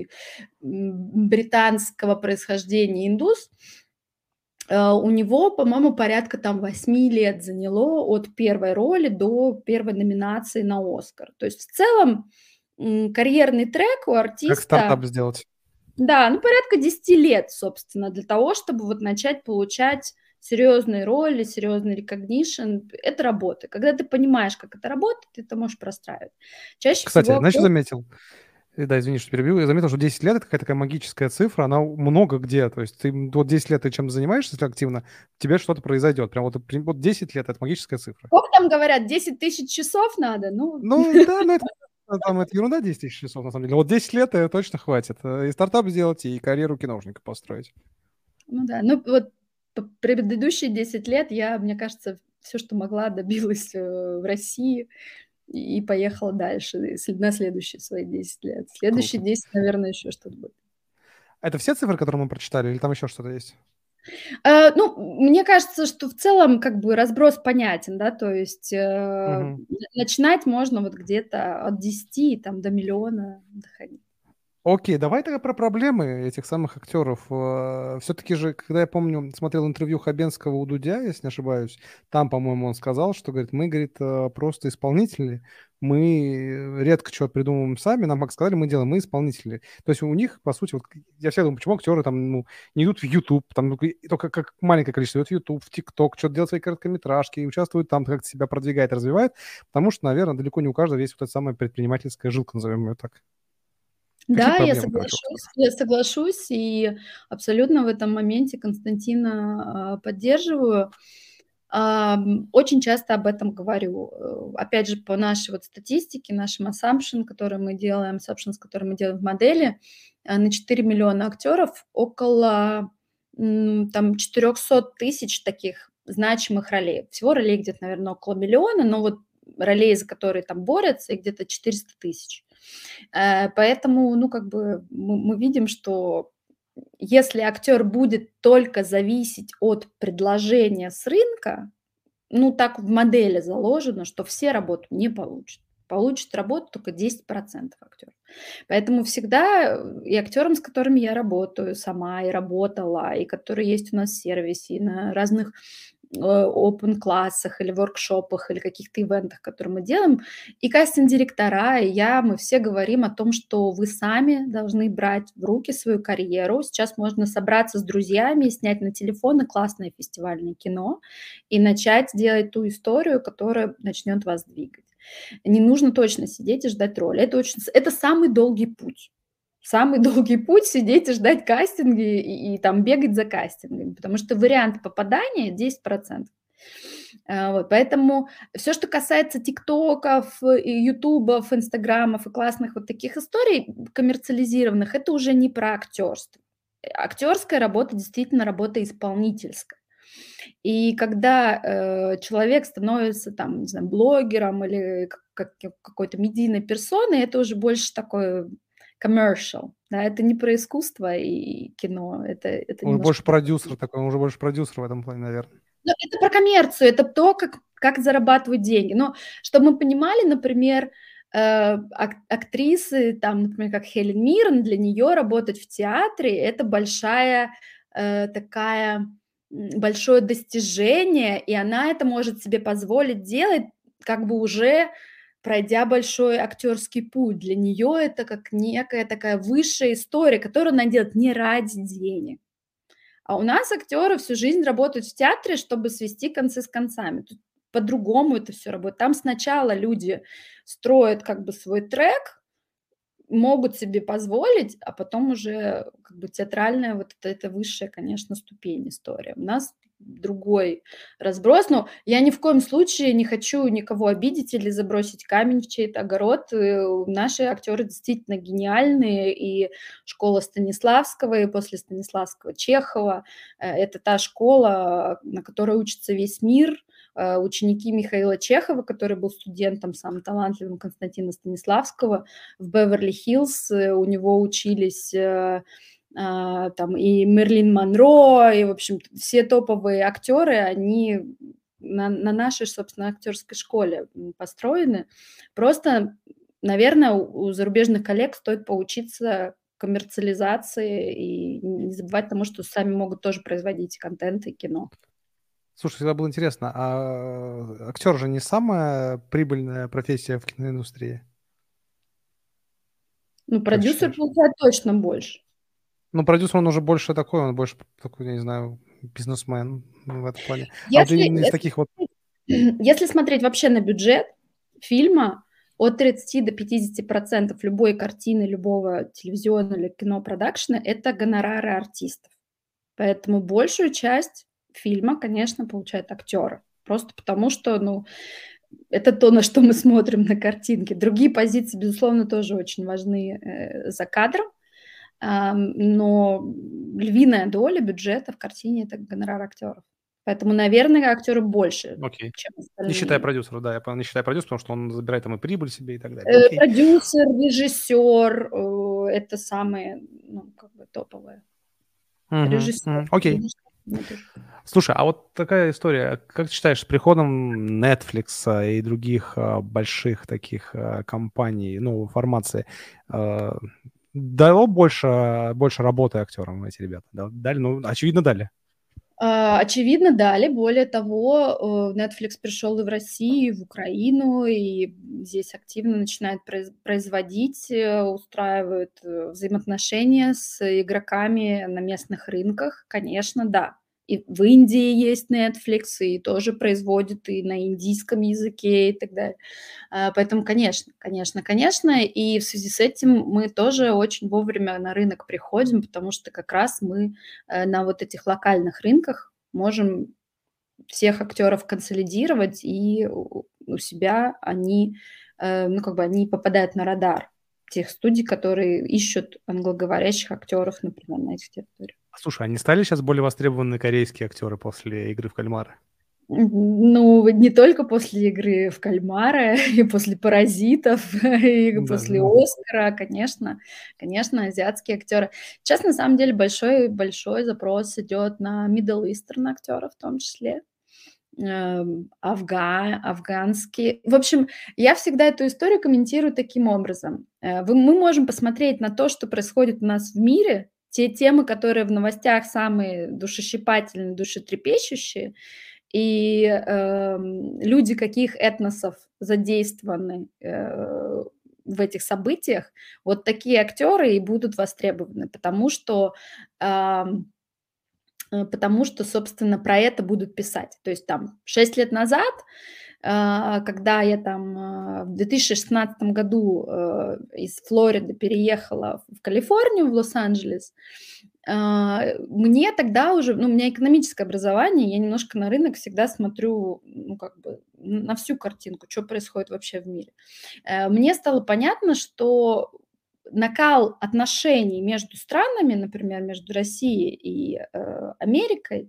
британского происхождения индус, у него, по-моему, порядка там 8 лет заняло от первой роли до первой номинации на Оскар. То есть в целом карьерный трек у Как артиста, стартап сделать? да, ну порядка 10 лет, собственно, для того, чтобы вот начать получать серьезные роли, серьезный recognition. Это работа. Когда ты понимаешь, как это работает, ты это можешь простраивать. Чаще Кстати, всего знаешь, что актер. заметил? Да, извини, что перебил. Я заметил, что 10 лет — это какая-то такая магическая цифра, она много где. То есть ты вот 10 лет ты чем занимаешься, если активно, тебе что-то произойдет. Прям вот 10 лет — это магическая цифра. Сколько там говорят, 10 тысяч часов надо? Ну, Ну да, но это ерунда, 10 тысяч часов, на самом деле. Вот 10 лет точно хватит. И стартап сделать, и карьеру киношника построить. ну да, ну вот предыдущие 10 лет я, мне кажется, все, что могла, добилась в России и поехала дальше на следующие свои 10 лет. Следующие Круто. 10, наверное, еще что-то будет. Это все цифры, которые мы прочитали, или там еще что-то есть? Ну, мне кажется, что в целом как бы разброс понятен, да, то есть Мгм. начинать можно вот где-то от 10 там, до миллиона доходить. Окей, давай тогда про проблемы этих самых актеров. Все-таки же, когда я помню, смотрел интервью Хабенского у Дудя, если не ошибаюсь, там, по-моему, он сказал, что, говорит, мы, говорит, просто исполнители, мы редко что-то придумываем сами, нам как сказали, мы делаем, мы исполнители. То есть у них, по сути, вот я всегда думаю, почему актеры там, ну, не идут в YouTube, там только как маленькое количество идут в YouTube, в TikTok, что-то делают свои короткометражки, и участвуют там, как-то себя продвигает, развивает, потому что, наверное, далеко не у каждого есть вот эта самая предпринимательская жилка, назовем ее так. Какие Да, проблемы, короче, вот? я соглашусь и абсолютно в этом моменте Константина поддерживаю. Очень часто об этом говорю. Опять же, по нашей вот статистике, нашим assumption, который мы делаем, assumptions, которые мы делаем в модели, на 4 миллиона актеров около там 400 тысяч таких значимых ролей. Всего ролей где-то, наверное, около миллиона, но вот ролей, за которые там борются, их где-то 400 тысяч. Поэтому, ну, как бы мы видим, что если актер будет только зависеть от предложения с рынка, ну, так в модели заложено, что все работу не получат. Получит работу только 10% актеров. Поэтому всегда и актерам, с которыми я работаю сама, и работала, и которые есть у нас в сервисе, и на разных open-классах или воркшопах, или каких-то ивентах, которые мы делаем, и кастинг-директора, и я, мы все говорим о том, что вы сами должны брать в руки свою карьеру. Сейчас можно собраться с друзьями, снять на телефоны классное фестивальное кино и начать делать ту историю, которая начнет вас двигать. Не нужно точно сидеть и ждать роли. Это самый долгий путь. Самый долгий путь — сидеть и ждать кастинги и там бегать за кастингами, потому что вариант попадания 10%. Вот, поэтому все, что касается тиктоков, ютубов, инстаграмов и классных вот таких историй коммерциализированных, это уже не про актерство. Актерская работа действительно работа исполнительская. И когда человек становится там, не знаю, блогером или какой-то медийной персоной, это уже больше такой commercial, да, это не про искусство и кино, это Он немножко больше другое. продюсер такой, он уже больше продюсер в этом плане, наверное. Ну, это про коммерцию, это то, как зарабатывать деньги. Но чтобы мы понимали, например, актрисы, там, например, как Хелен Миррен, для нее работать в театре — это большая такая большое достижение, и она это может себе позволить делать, как бы уже пройдя большой актерский путь. Для нее это как некая такая высшая история, которую она делает не ради денег. А у нас актеры всю жизнь работают в театре, чтобы свести концы с концами. Тут по-другому это все работает. Там сначала люди строят как бы свой трек, могут себе позволить, а потом уже как бы театральная вот это высшая, конечно, ступень история. У нас другой разброс, но я ни в коем случае не хочу никого обидеть или забросить камень в чей-то огород. Наши актеры действительно гениальные, и школа Станиславского, и после Станиславского Чехова. Это та школа, на которой учится весь мир. Ученики Михаила Чехова, который был студентом самым талантливым Константина Станиславского, в Беверли-Хиллз у него учились там и Мерлин Монро, и, в общем, все топовые актеры, они на нашей, собственно, актерской школе построены. Просто, наверное, у зарубежных коллег стоит поучиться коммерциализации и не забывать тому, что сами могут тоже производить контент и кино. Слушай, всегда было интересно, а актер же не самая прибыльная профессия в киноиндустрии? Ну, продюсер получает точно больше. Ну, продюсер, он уже больше такой, он больше такой, я не знаю, бизнесмен в этом плане. А вот именно из таких вот... Если смотреть вообще на бюджет фильма, от 30 до 50% любой картины, любого телевизионного или кинопродакшена – это гонорары артистов. Поэтому большую часть фильма, конечно, получают актеры. Просто потому что, ну, это то, на что мы смотрим на картинке. Другие позиции, безусловно, тоже очень важны за кадром, но львиная доля бюджета в картине – это гонорар актеров. Поэтому, наверное, актеры больше, чем остальные. Не считая продюсеров, да, я понял, не считая продюсеров, потому что он забирает там и прибыль себе и так далее. Продюсер, режиссер – это самые, ну, как бы топовые. Режиссер. Окей. Слушай, а вот такая история, как ты считаешь, с приходом Netflix и других больших таких компаний, ну, формации, дало больше работы актерам эти ребята? Дали? Ну, очевидно, дали. Очевидно, дали. Более того, Netflix пришел и в Россию, и в Украину, и здесь активно начинает производить, устраивают взаимоотношения с игроками на местных рынках. Конечно, да. И в Индии есть Netflix, и тоже производит и на индийском языке и так далее. Поэтому, конечно. И в связи с этим мы тоже очень вовремя на рынок приходим, потому что как раз мы на вот этих локальных рынках можем всех актеров консолидировать, и у себя они, ну, как бы они попадают на радар тех студий, которые ищут англоговорящих актеров, например, на этих территориях. Слушай, а не стали сейчас более востребованы корейские актеры после «Игры в кальмара»? Ну, не только после «Игры в кальмара», и после «Паразитов», и после «Оскара», конечно, азиатские актеры. Сейчас, на самом деле, большой запрос идет на Middle Eastern актеров в том числе, афганские. В общем, я всегда эту историю комментирую таким образом. Мы можем посмотреть на то, что происходит у нас в мире, те темы, которые в новостях самые душещипательные, душетрепещущие, и люди каких этносов задействованы в этих событиях, вот такие актеры и будут востребованы, потому что, собственно, про это будут писать. То есть там 6 лет назад, когда я там в 2016 году из Флориды переехала в Калифорнию, в Лос-Анджелес, мне тогда уже, ну, у меня экономическое образование, я немножко на рынок всегда смотрю, ну, как бы на всю картинку, что происходит вообще в мире. Мне стало понятно, что накал отношений между странами, например, между Россией и Америкой,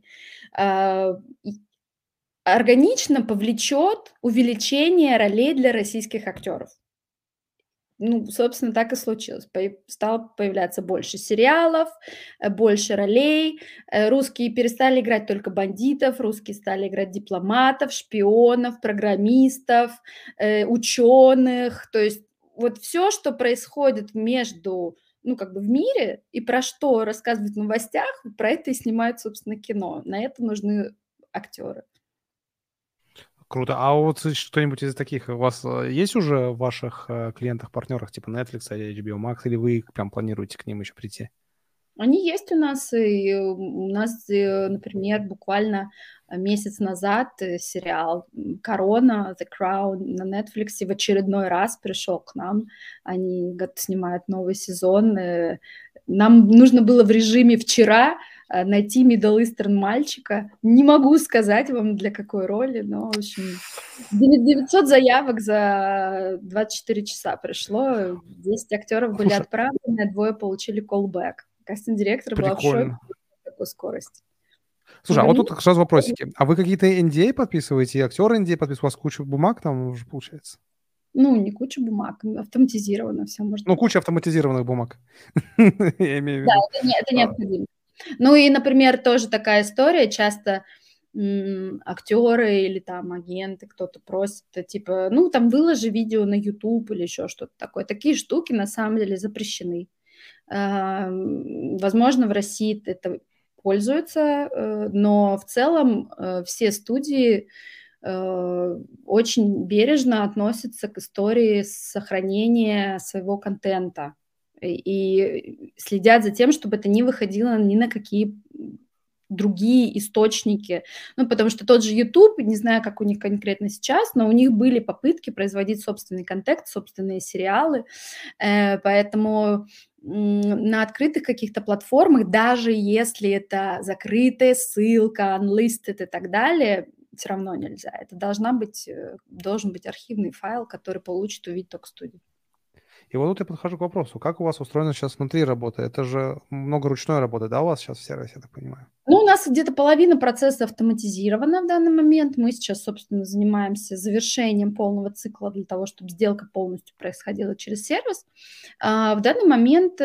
органично повлечет увеличение ролей для российских актеров. Ну, собственно, так и случилось. Стало появляться больше сериалов, больше ролей. Русские перестали играть только бандитов, русские стали играть дипломатов, шпионов, программистов, ученых. То есть вот все, что происходит между ну, как бы в мире, и про что рассказывают в новостях, про это и снимают, собственно, кино. На это нужны актеры. Круто. А вот что-нибудь из таких у вас есть уже в ваших клиентах, партнерах, типа Netflix или HBO Max, или вы прям планируете к ним еще прийти? Они есть у нас, и у нас, например, буквально месяц назад сериал «Корона», «The Crown» на Netflix в очередной раз пришел к нам. Они снимают новый сезон. Нам нужно было в режиме вчера найти Middle Eastern мальчика. Не могу сказать вам, для какой роли, но, в общем, 900 заявок за 24 часа пришло. 10 актеров были Слушай, отправлены, 2 получили колбэк. Кастинг-директор была в шоке прикольно. от такой скорости. Слушай, а вот Вернись. тут сразу вопросики. А вы какие-то NDA подписываете, и актеры NDA подписывают? У вас куча бумаг там уже получается? Ну, не куча бумаг, автоматизировано все может Ну, быть. куча автоматизированных бумаг. Я имею в Да, виду. это необходимо. Ну и, например, тоже такая история, часто актеры или там агенты, кто-то просит, типа, ну, там выложи видео на YouTube или еще что-то такое. Такие штуки на самом деле запрещены. Возможно, в России это пользуются, но в целом все студии очень бережно относятся к истории сохранения своего контента и следят за тем, чтобы это не выходило ни на какие другие источники. Ну, потому что тот же YouTube, не знаю, как у них конкретно сейчас, но у них были попытки производить собственный контент, собственные сериалы, поэтому на открытых каких-то платформах, даже если это закрытая ссылка, unlisted и так далее, все равно нельзя. Это должен быть архивный файл, который получит увидеть только студия. И вот тут я подхожу к вопросу. Как у вас устроена сейчас внутри работа? Это же много ручной работы, да, у вас сейчас в сервисе, я так понимаю? Ну, у нас где-то половина процесса автоматизирована в данный момент. Мы сейчас, собственно, занимаемся завершением полного цикла для того, чтобы сделка полностью происходила через сервис. В данный момент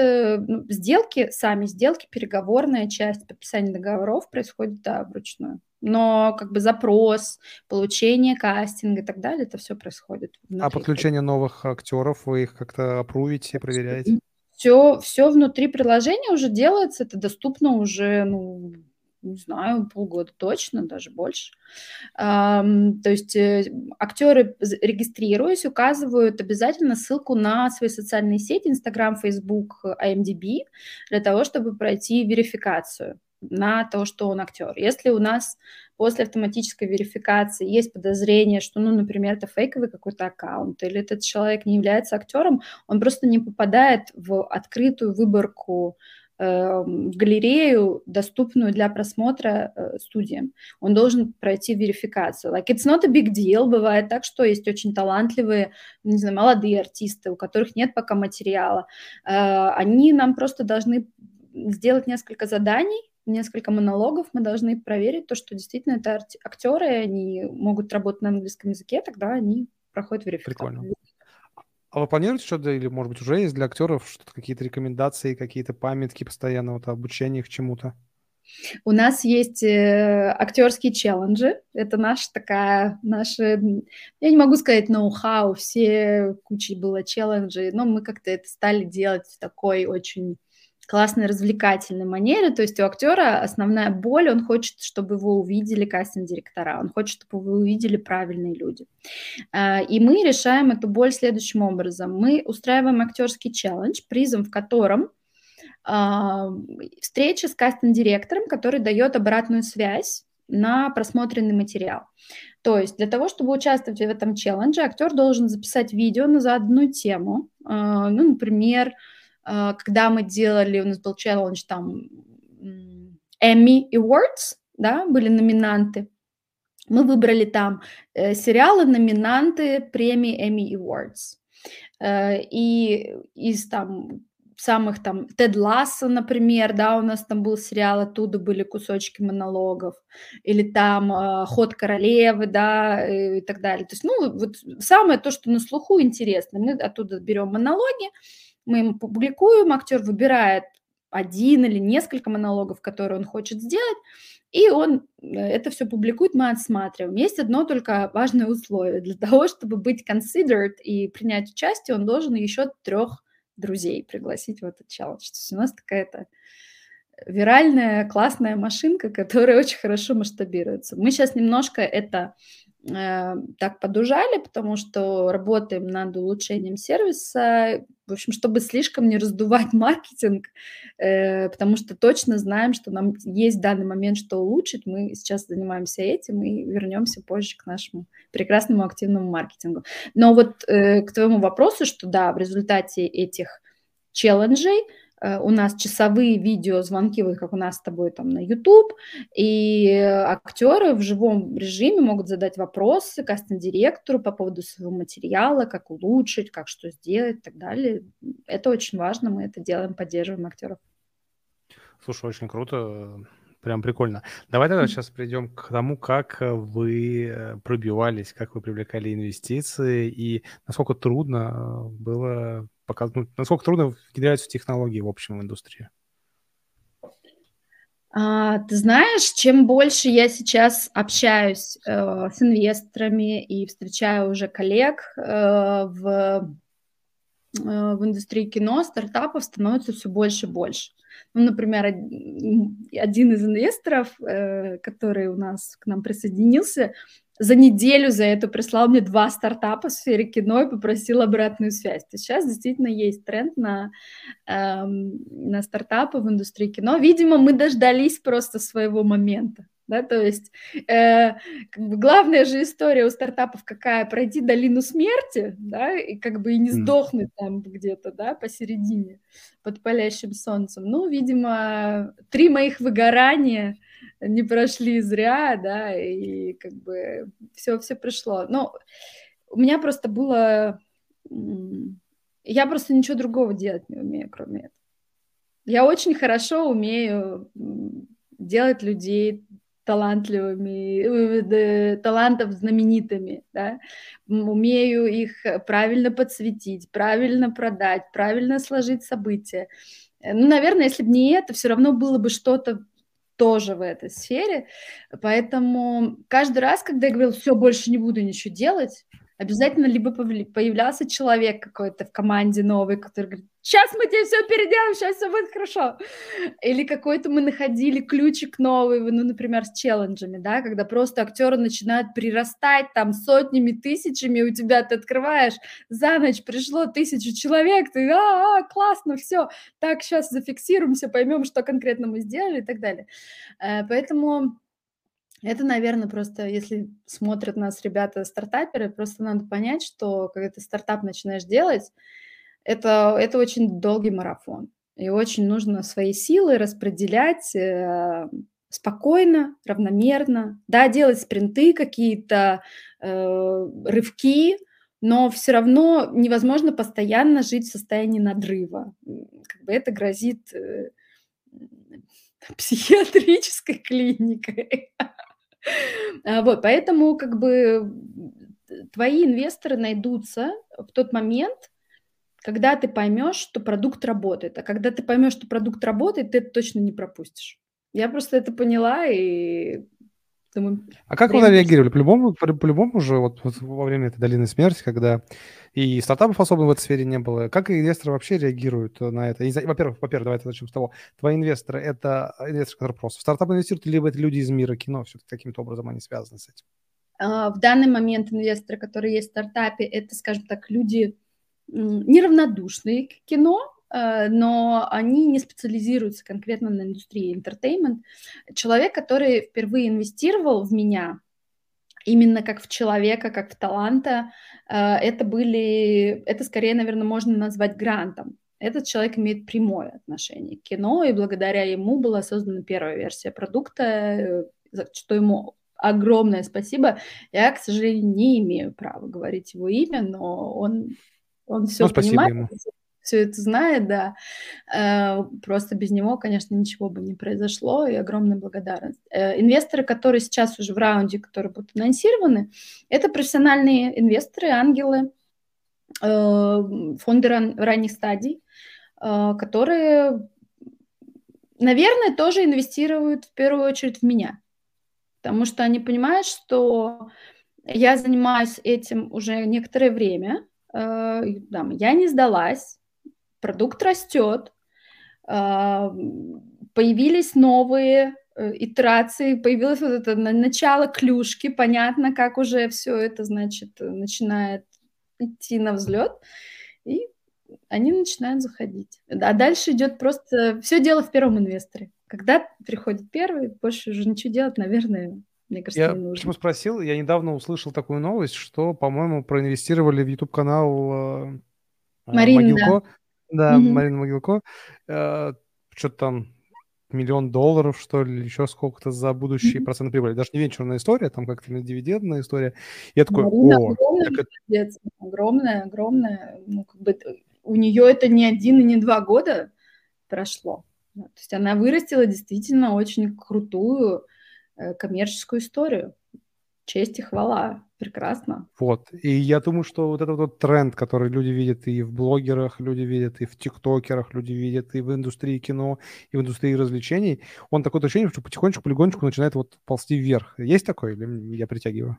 сами сделки, переговорная часть, подписание договоров происходит, да, вручную. Но как бы запрос, получение кастинга и так далее, это все происходит внутри. А подключение новых актеров, вы их как-то апрувите, проверяете? Все внутри приложения уже делается, это доступно уже, ну, не знаю, полгода точно, даже больше. То есть актеры, регистрируясь, указывают обязательно ссылку на свои социальные сети, Instagram, Facebook, IMDb, для того, чтобы пройти верификацию на то, что он актер. Если у нас после автоматической верификации есть подозрение, что, ну, например, это фейковый какой-то аккаунт, или этот человек не является актером, он просто не попадает в открытую выборку в галерею, доступную для просмотра студиям. Он должен пройти верификацию. Like, it's not a big deal. Бывает так, что есть очень талантливые, не знаю, молодые артисты, у которых нет пока материала. Они нам просто должны сделать несколько заданий, несколько монологов, мы должны проверить то, что действительно это актеры, они могут работать на английском языке, тогда они проходят верификацию. Прикольно. А вы планируете что-то, или, может быть, уже есть для актеров что-то, какие-то рекомендации, какие-то памятки постоянно, вот обучение их чему-то? У нас есть актерские челленджи. Это наша, я не могу сказать ноу-хау, все кучей было челленджей, но мы как-то это стали делать в такой очень классной, развлекательной манере. То есть у актера основная боль, он хочет, чтобы его увидели кастинг-директора, он хочет, чтобы его увидели правильные люди. И мы решаем эту боль следующим образом. Мы устраиваем актерский челлендж, призом в котором встреча с кастинг-директором, который дает обратную связь на просмотренный материал. То есть для того, чтобы участвовать в этом челлендже, актер должен записать видео на заданную тему. Ну, например, когда мы делали, у нас был челлендж там Emmy Awards, да, были номинанты. Мы выбрали там сериалы, номинанты премии Emmy Awards. И из там самых там Тед Лассо, например, да, у нас там был сериал, оттуда были кусочки монологов, или там Ход королевы, да, и так далее. То есть, ну, вот самое то, что на слуху интересно, мы оттуда берем монологи, мы им публикуем, актер выбирает один или несколько монологов, которые он хочет сделать, и он это все публикует, мы отсматриваем. Есть одно только важное условие. Для того, чтобы быть considered и принять участие, он должен еще 3 друзей пригласить в этот челлендж. То есть у нас такая-то виральная классная машинка, которая очень хорошо масштабируется. Мы сейчас немножко это так подужали, потому что работаем над улучшением сервиса, в общем, чтобы слишком не раздувать маркетинг, потому что точно знаем, что нам есть в данный момент что улучшить. Мы сейчас занимаемся этим и вернемся позже к нашему прекрасному активному маркетингу. Но вот к твоему вопросу, что да, в результате этих челленджей у нас часовые видеозвонки, вот как у нас с тобой там на YouTube, и актеры в живом режиме могут задать вопросы кастинг-директору по поводу своего материала, как улучшить, как что сделать и так далее. Это очень важно, мы это делаем, поддерживаем актеров. Слушай, очень круто, прям прикольно. Давай тогда сейчас перейдем к тому, как вы пробивались, как вы привлекали инвестиции и насколько трудно было насколько трудно внедряются технологии в общем в индустрии. Ты знаешь, чем больше я сейчас общаюсь с инвесторами и встречаю уже коллег в индустрии кино, стартапов становится все больше и больше. Ну, например, один из инвесторов, который у нас к нам присоединился, за неделю за это прислал мне 2 стартапа в сфере кино и попросил обратную связь. То есть сейчас действительно есть тренд на стартапы в индустрии кино. Видимо, мы дождались просто своего момента. Да, то есть как бы главная же история у стартапов какая? Пройти долину смерти, да, и как бы и не сдохнуть там где-то, да, посередине под палящим солнцем. Ну, видимо, 3 моих выгорания не прошли зря, да, и как бы все пришло. Но у меня просто было... Я просто ничего другого делать не умею, кроме этого. Я очень хорошо умею делать людей талантливыми, талантов знаменитыми, да? Умею их правильно подсветить, правильно продать, правильно сложить события. Ну, наверное, если бы не это, все равно было бы что-то тоже в этой сфере. Поэтому каждый раз, когда я говорила, все, больше не буду ничего делать, обязательно либо появлялся человек какой-то в команде новый, который говорит, сейчас мы тебе все переделаем, сейчас все будет хорошо. Или какой-то мы находили ключик новый, ну, например, с челленджами, да, когда просто актеры начинают прирастать там сотнями, тысячами, у тебя ты открываешь, за ночь пришло 1000 человек, ты, классно, все, так, сейчас зафиксируемся, поймем, что конкретно мы сделали и так далее. Поэтому... Это, наверное, просто если смотрят нас ребята-стартаперы, просто надо понять, что когда ты стартап начинаешь делать, это очень долгий марафон. И очень нужно свои силы распределять спокойно, равномерно. Да, делать спринты какие-то, рывки, но все равно невозможно постоянно жить в состоянии надрыва. Как бы это грозит психиатрической клиникой. Вот, поэтому как бы твои инвесторы найдутся в тот момент, когда ты поймешь, что продукт работает. А когда ты поймешь, что продукт работает, ты это точно не пропустишь. Я просто это поняла и думаю... А как вы реагировали? По-любому же вот во время этой долины смерти, когда и стартапов особо в этой сфере не было, как инвесторы вообще реагируют на это? Во-первых, давайте начнем с того. Твои инвесторы — это инвесторы, которые просто в стартап инвестируют, либо это люди из мира кино, все-таки каким-то образом они связаны с этим? В данный момент инвесторы, которые есть в стартапе, это, скажем так, люди неравнодушные к кино, но они не специализируются конкретно на индустрии entertainment. Человек, который впервые инвестировал в меня, именно как в человека, как в таланта, это скорее, наверное, можно назвать грантом. Этот человек имеет прямое отношение к кино, и благодаря ему была создана первая версия продукта, за что ему огромное спасибо. Я, к сожалению, не имею права говорить его имя, но он все понимает, ему. все это знает, да. Просто без него, конечно, ничего бы не произошло, и огромная благодарность. Инвесторы, которые сейчас уже в раунде, которые будут анонсированы, это профессиональные инвесторы, ангелы, фонды ранних стадий, которые, наверное, тоже инвестируют в первую очередь в меня, потому что они понимают, что я занимаюсь этим уже некоторое время, я не сдалась, продукт растет, появились новые итерации, появилось вот это начало клюшки, понятно, как уже все это, значит, начинает идти на взлет, и они начинают заходить. А дальше идет просто все дело в первом инвесторе. Когда приходит первый, больше уже ничего делать, наверное, мне кажется, Я не почему нужно. спросил? Я недавно услышал такую новость, что, по-моему, проинвестировали в YouTube-канал Марина, да. Могилко. Да, Мгм. Марина Могилко. Что-то там $1 000 000, что ли, или еще сколько-то за будущие Мгм. проценты прибыли. Даже не венчурная история, там как-то на дивидендная история. Я такой, Марина огромная так это молодец, огромная, огромная. Ну, как бы у нее это не 1 и не 2 года прошло. Да, то есть она вырастила действительно очень крутую коммерческую историю. Честь и хвала. Прекрасно. вот. И я думаю, что вот этот вот тренд, который люди видят и в блогерах, люди видят и в тиктокерах, люди видят и в индустрии кино, и в индустрии развлечений, он такое ощущение, что потихонечку, полигонечку начинает вот ползти вверх. Есть такое или я притягиваю?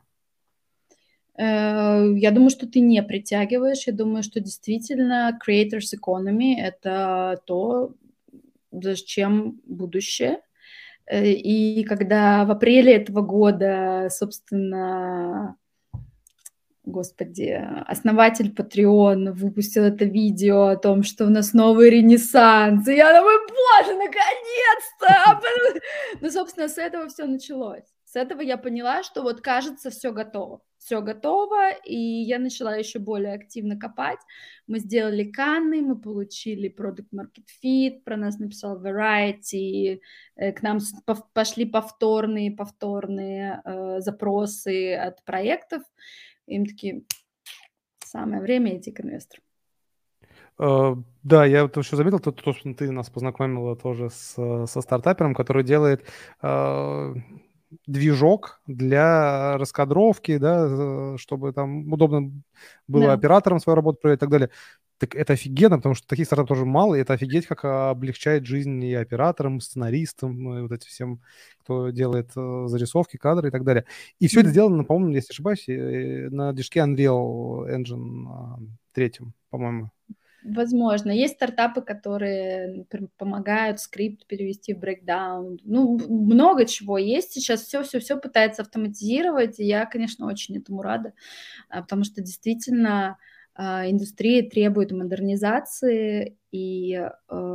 Я думаю, что ты не притягиваешь. Я думаю, что действительно creators economy — это то, зачем будущее. И когда в апреле этого года, собственно, господи, основатель Patreon выпустил это видео о том, что у нас новый ренессанс, и я думаю, боже, наконец-то! Ну, собственно, с этого все началось. С этого я поняла, что вот, кажется, все готово. Все готово, и я начала еще более активно копать. Мы сделали Канны, мы получили Product Market Fit, про нас написал Variety, к нам пошли повторные запросы от проектов, им такие, самое время идти к инвестору. Да, я вот еще заметил, то, что ты нас познакомила тоже со стартапером, который делает движок для раскадровки, да, чтобы там удобно было Да. операторам свою работу проверять и так далее. Так это офигенно, потому что таких стартапов тоже мало, и это офигеть, как облегчает жизнь и операторам, и сценаристам, и вот этим всем, кто делает зарисовки, кадры и так далее. И все это Мгм. сделано, по-моему, если не ошибаюсь, на движке Unreal Engine 3, по-моему. Возможно. Есть стартапы, которые помогают скрипт перевести в брейкдаун. Ну, много чего есть. Сейчас все пытается автоматизировать, и я, конечно, очень этому рада, потому что действительно индустрия требует модернизации, и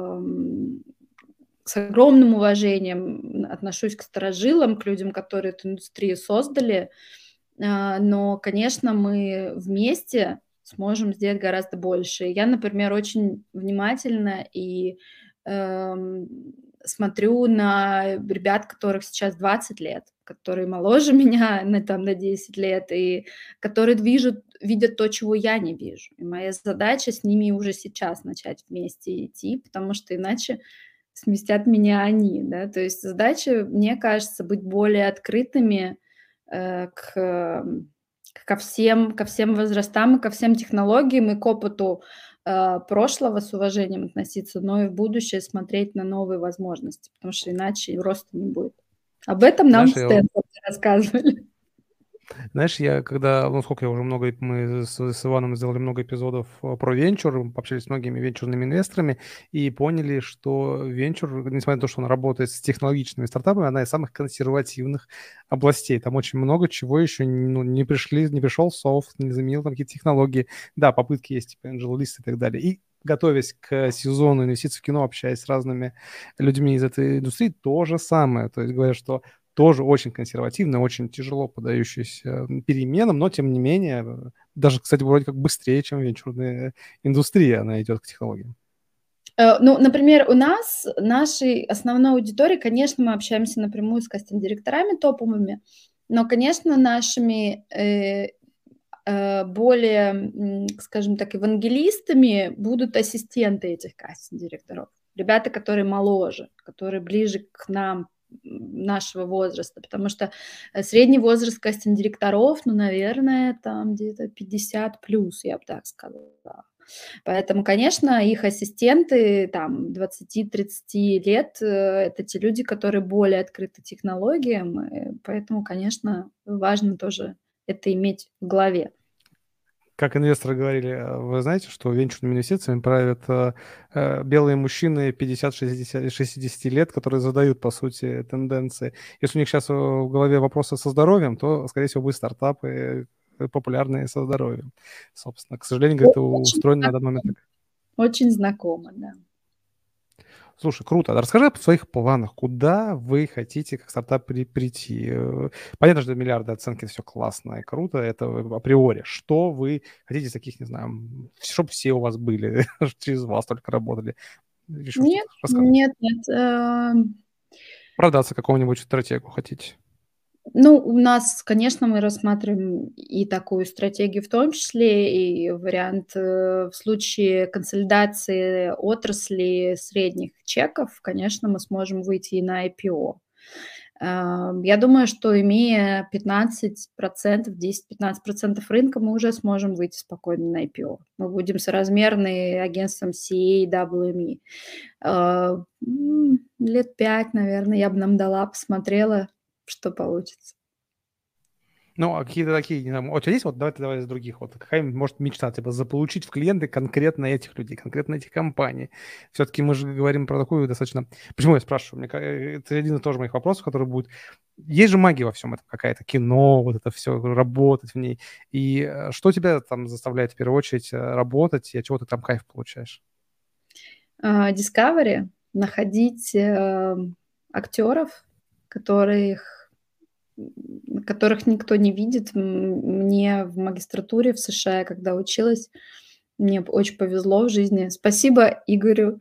с огромным уважением отношусь к старожилам, к людям, которые эту индустрию создали. Но, конечно, мы вместе сможем сделать гораздо больше. Я, например, очень внимательно и эм, смотрю на ребят, которых сейчас 20 лет, которые моложе меня на 10 лет, и которые видят то, чего я не вижу. И моя задача с ними уже сейчас начать вместе идти, потому что иначе сместят меня они, да. То есть задача, мне кажется, быть более открытыми э, к, м, ко всем возрастам и ко всем технологиям, и к опыту прошлого с уважением относиться, но и в будущее смотреть на новые возможности, потому что иначе роста не будет. Об этом нам Знаешь, в я Стэнфорде рассказывали. Знаешь, я когда, ну, сколько я уже много, мы с Иваном сделали много эпизодов про венчур, пообщались с многими венчурными инвесторами и поняли, что венчур, несмотря на то, что он работает с технологичными стартапами, одна из самых консервативных областей. Там очень много чего еще ну, не пришел софт, не заменил там какие-то технологии. Да, попытки есть, типа AngelList и так далее. И готовясь к сезону инвестиций в кино, общаясь с разными людьми из этой индустрии, то же самое. То есть говорят, что тоже очень консервативная, очень тяжело поддающаяся переменам, но тем не менее, даже, кстати, вроде как быстрее, чем венчурная индустрия, она идет к технологиям. Ну, например, у нас, нашей основной аудитории, конечно, мы общаемся напрямую с кастинг-директорами топовыми, но, конечно, нашими более, скажем так, евангелистами будут ассистенты этих кастинг-директоров. Ребята, которые моложе, которые ближе к нам, нашего возраста, потому что средний возраст кастинг-директоров, ну, наверное, там где-то 50 плюс, я бы так сказала. Поэтому, конечно, их ассистенты там 20-30 лет, это те люди, которые более открыты технологиям, поэтому, конечно, важно тоже это иметь в голове. как инвесторы говорили, вы знаете, что венчурными инвестициями правят белые мужчины 50-60 лет, которые задают, по сути, тенденции. Если у них сейчас в голове вопросы со здоровьем, то, скорее всего, будут стартапы популярные со здоровьем. Собственно, к сожалению, говорит, Очень устроено на данный момент знакомо, так. очень знакомо, да. Слушай, круто. А расскажи о своих планах. Куда вы хотите как стартап прийти? Понятно, что миллиарды оценки, это все классно и круто, это априори. Что вы хотите из таких, не знаю, чтобы все у вас были, через вас только работали? Еще Нет, что-то рассказывай. нет, нет. Продаться какому-нибудь стратегу хотите? Ну, у нас, конечно, мы рассматриваем и такую стратегию в том числе, и вариант, в случае консолидации отрасли средних чеков, конечно, мы сможем выйти и на IPO. Я думаю, что имея 15%, 10-15% рынка, мы уже сможем выйти спокойно на IPO. Мы будем соразмерны агентствам CA, WME. Лет 5, наверное, я бы нам дала, посмотрела, что получится. Ну, а какие-то такие, не знаю, у тебя есть, вот давай из других, вот какая-нибудь, может, мечта, типа, заполучить в клиенты конкретно этих людей, конкретно этих компаний? Все-таки мы же говорим про такую достаточно... Почему я спрашиваю? Это один из тоже моих вопросов, который будет... Есть же магия во всем этом какая-то, кино, вот это все, работать в ней. И что тебя там заставляет в первую очередь работать, и от чего ты там кайф получаешь? Discovery, находить актеров, которых никто не видит. Мне в магистратуре в США, когда училась, мне очень повезло в жизни. Спасибо Игорю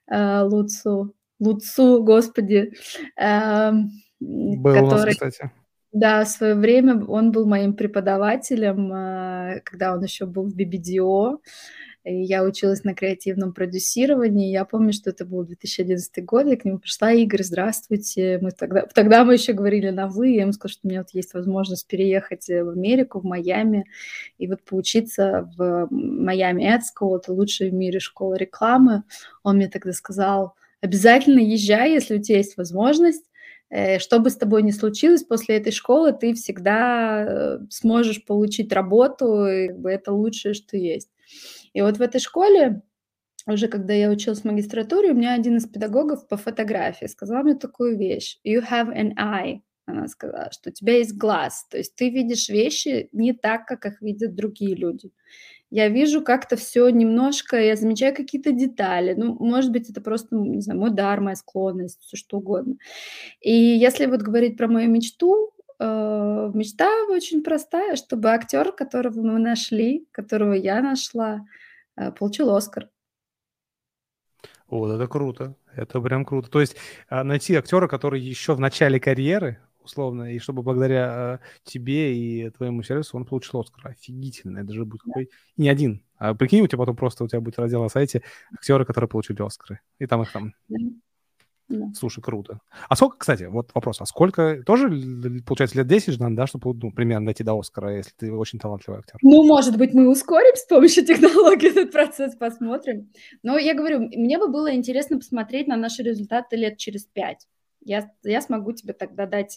Луцу, господи, Был у нас, который, кстати. да, в свое время он был моим преподавателем, когда он еще был в BBDO. И я училась на креативном продюсировании. Я помню, что это был 2011 год. Я к нему пришла: Игорь, здравствуйте. Тогда мы еще говорили на «вы». Я ему сказала, что у меня вот есть возможность переехать в Америку, в Майами, и вот поучиться в Miami Ad School. Это лучшая в мире школа рекламы. Он мне тогда сказал: обязательно езжай, если у тебя есть возможность. Что бы с тобой ни случилось после этой школы, ты всегда сможешь получить работу, и как бы это лучшее, что есть. И вот в этой школе, уже когда я училась в магистратуре, у меня один из педагогов по фотографии сказал мне такую вещь: "You have an eye". Она сказала, что у тебя есть глаз, то есть ты видишь вещи не так, как их видят другие люди. Я вижу как-то все немножко, я замечаю какие-то детали. Ну, может быть, это просто, не знаю, мой дар, моя склонность, все что угодно. И если вот говорить про мою мечту, мечта очень простая, чтобы актер, которого мы нашли, которого я нашла, получил «Оскар». Вот это круто. Это прям круто. То есть найти актера, который еще в начале карьеры, условно, и чтобы благодаря тебе и твоему сервису он получил Оскар. Офигительно. Это же будет Да, какой... И не один. А прикинь, у тебя потом просто у тебя будет раздел на сайте актеры, которые получили Оскары. И там их там... да, да. Слушай, круто. А сколько, кстати, вот вопрос, а сколько, тоже, получается, лет 10 же надо, да, чтобы, ну, примерно дойти до Оскара, если ты очень талантливый актер? Ну, может быть, мы ускорим с помощью технологий этот процесс, посмотрим. Но я говорю, мне бы было интересно посмотреть на наши результаты лет через 5. Я смогу тебе тогда дать,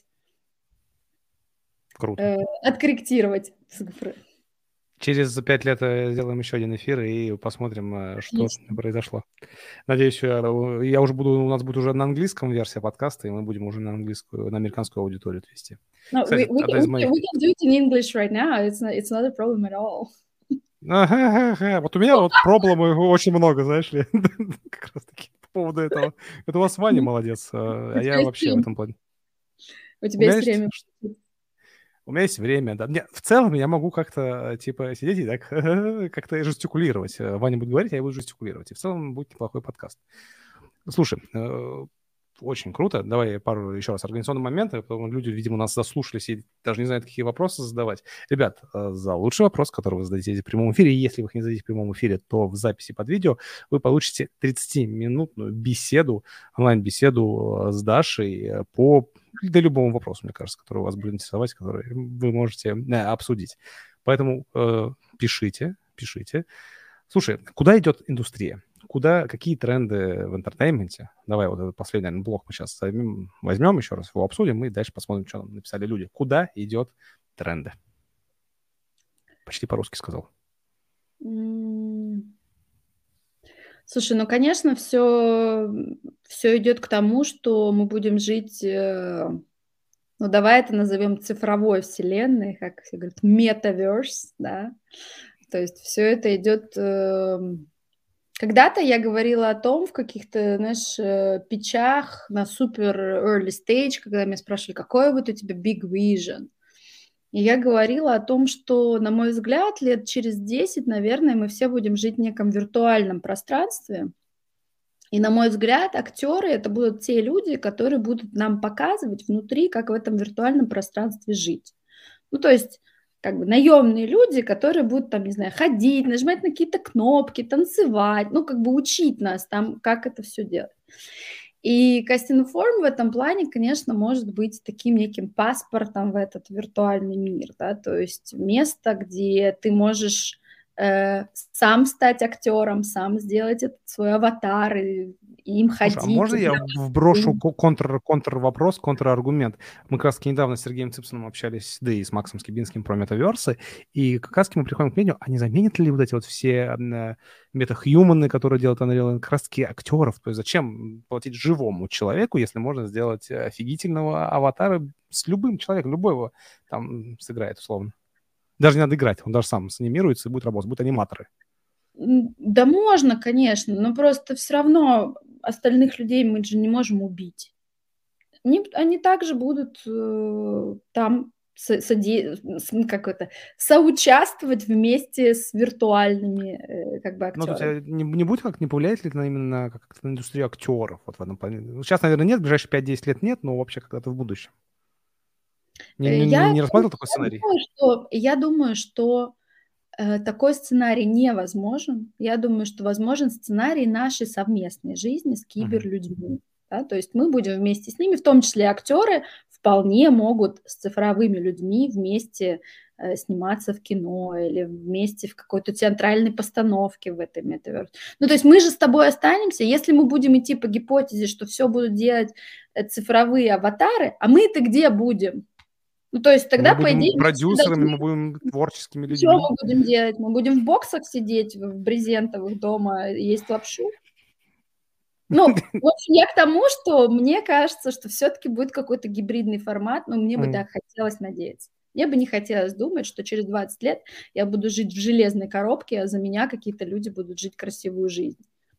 Круто. откорректировать цифры. Через 5 лет сделаем еще один эфир и посмотрим, что Отлично. произошло. Надеюсь, я уже буду, у нас будет уже на английском версия подкаста, и мы будем уже на английскую, на американскую аудиторию вести. No, Кстати, одна из моих... we can do it in English right now. It's not a problem at all. Ага. Вот у меня вот проблемы очень много, знаешь ли, как раз таки по поводу этого. Это у вас Ваня молодец, У а тебя я есть вообще в время. этом плане. У У тебя меня есть есть время. У меня есть время, да. В целом я могу как-то, типа, сидеть и так как-то жестикулировать. Ваня будет говорить, а я буду жестикулировать. И в целом будет неплохой подкаст. Слушай, очень круто. Давай пару еще раз организационных моментов. Потому что люди, видимо, нас заслушались и даже не знают, какие вопросы задавать. Ребят, за лучший вопрос, который вы зададите в прямом эфире, если вы их не зададите в прямом эфире, то в записи под видео вы получите 30-минутную беседу, онлайн-беседу с Дашей по да любому вопросу, мне кажется, который вас будет интересовать, который вы можете обсудить. Поэтому пишите. Слушай, куда идет индустрия? Какие тренды в интертейменте? Давай вот этот последний, наверное, блок мы сейчас возьмем еще раз, его обсудим и дальше посмотрим, что нам написали люди. Куда идет тренды? Почти по-русски сказал. Слушай, ну, конечно, все идет к тому, что мы будем жить, ну, давай это назовем цифровой вселенной, как все говорят, metaverse, да. То есть все это идет. Когда-то я говорила о том в каких-то, знаешь, питчах на супер early stage, когда меня спрашивали, какой вот у тебя big vision. И я говорила о том, что, на мой взгляд, лет через 10, наверное, мы все будем жить в неком виртуальном пространстве. И, на мой взгляд, актеры это будут те люди, которые будут нам показывать внутри, как в этом виртуальном пространстве жить. Ну, то есть, как бы наемные люди, которые будут там, не знаю, ходить, нажимать на какие-то кнопки, танцевать, ну, как бы учить нас там, как это все делать. И Casting Form в этом плане, конечно, может быть таким неким паспортом в этот виртуальный мир, да, то есть место, где ты можешь сам стать актером, сам сделать этот свой аватар и им Слушай, а ходить. можно я вброшу контрвопрос, контраргумент? Мы как раз недавно с Сергеем Цыпсоном общались, да и с Максом Скибинским про метаверсы, и как раз мы приходим к мнению, а не заменят ли вот эти вот все метахьюманы, которые делают Unreal, как раз таки актеров? То есть зачем платить живому человеку, если можно сделать офигительного аватара с любым человеком, любой его там сыграет условно? Даже не надо играть, он даже сам санимируется и будет работать, будут аниматоры. Да можно, конечно, но просто все равно остальных людей мы же не можем убить. Они также будут там соучаствовать вместе с виртуальными как бы Ну, тут актерами. не будет как, не повлияет ли это именно как на индустрию актеров вот в этом плане? Ну, сейчас, наверное, нет, в ближайшие 5-10 лет нет, но вообще когда-то в будущем. Не рассматривал такой сценарий? Я думаю, что такой сценарий невозможен. Я думаю, что возможен сценарий нашей совместной жизни с киберлюдьми. Да? То есть мы будем вместе с ними, в том числе актеры вполне могут с цифровыми людьми вместе сниматься в кино или вместе в какой-то театральной постановке в этой метаверсе. Ну, то есть мы же с тобой останемся, если мы будем идти по гипотезе, что все будут делать цифровые аватары, а мы-то где будем? Ну, то есть тогда, Мы по идее, будем продюсерами, мы будем творческими что людьми. мы будем делать? Мы будем в боксах сидеть, в брезентовых дома, есть лапшу? Ну, в общем, я к тому, что мне кажется, что все-таки будет какой-то гибридный формат, но мне бы так хотелось надеяться. Мне бы не хотелось думать, что через 20 лет я буду жить в железной коробке, а за меня какие-то люди будут жить красивую жизнь.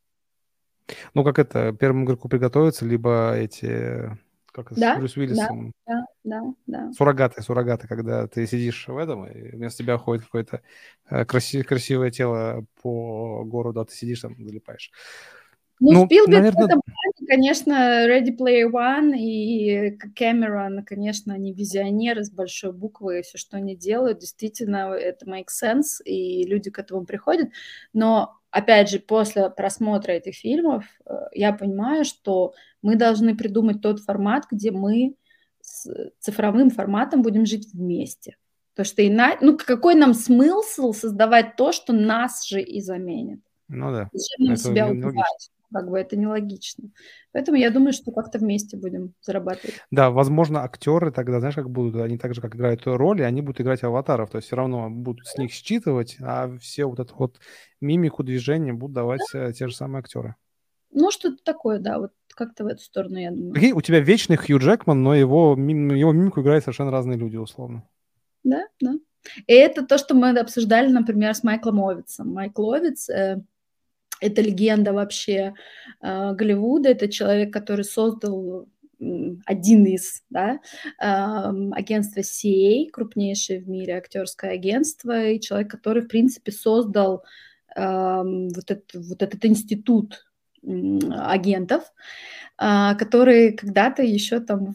Ну, как это, первому игроку приготовиться, либо эти, как это, с Да, Брюс да, Уиллисом, да. суррогаты, когда ты сидишь в этом, и вместо тебя ходит какое-то красивое тело по городу, а ты сидишь там, залипаешь. Ну, Ну, Спилберг в наверное, этом плане, конечно, Ready Player One и Кэмерон, конечно, они визионеры с большой буквы, и все, что они делают, действительно, это makes sense, и люди к этому приходят. Но, опять же, после просмотра этих фильмов я понимаю, что мы должны придумать тот формат, где мы с цифровым форматом будем жить вместе. Потому что ну, какой нам смысл создавать то, что нас же и заменит? ну да, Зачем нам это себя нелогично. убивать? Как бы это нелогично. Поэтому я думаю, что как-то вместе будем зарабатывать. Да, возможно, актеры тогда, знаешь, как будут, они так же, как играют роли, они будут играть аватаров, то есть все равно будут с них считывать, а все вот эту вот мимику, движение будут давать те же самые актеры. Ну, что-то такое, да, вот как-то в эту сторону, я думаю. Прикинь, у тебя вечный Хью Джекман, но его мимику играют совершенно разные люди, условно. Да, да. И это то, что мы обсуждали, например, с Майклом Овитсом. Майкл Овитс это легенда вообще Голливуда, это человек, который создал один из агентства CA, крупнейшее в мире актерское агентство, и человек, который, в принципе, создал вот этот институт агентов, который когда-то еще там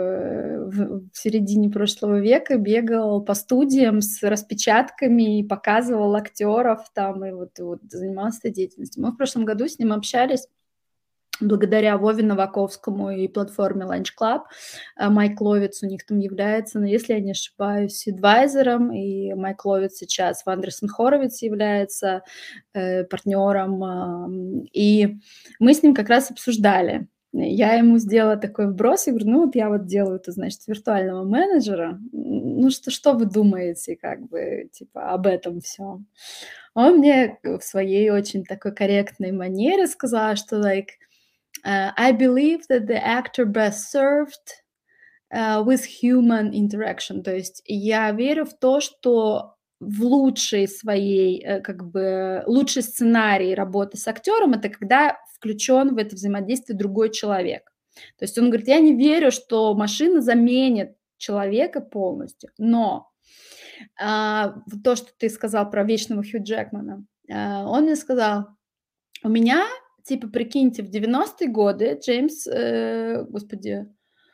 в середине прошлого века бегал по студиям с распечатками и показывал актеров там, и вот занимался этой деятельностью. Мы в прошлом году с ним общались благодаря Вове Новаковскому и платформе Lunch Club. Майк Ловиц у них там является, но если я не ошибаюсь, адвайзером, и Майк Ловиц сейчас в Андерсон Хоровиц является партнером. И мы с ним как раз обсуждали Я ему сделала такой вброс, и говорю, ну вот я вот делаю это, значит, виртуального менеджера. Ну что вы думаете, как бы, типа, об этом всем? Он мне в своей очень такой корректной манере сказал, что, like, I believe that the actor best served with human interaction. То есть я верю в то, что в лучшей своей, как бы, лучший сценарий работы с актером это когда включен в это взаимодействие другой человек. То есть он говорит, я не верю, что машина заменит человека полностью, но то, что ты сказал про вечного Хью Джекмана, он мне сказал, у меня, типа, прикиньте, в 90-е годы Джеймс, господи,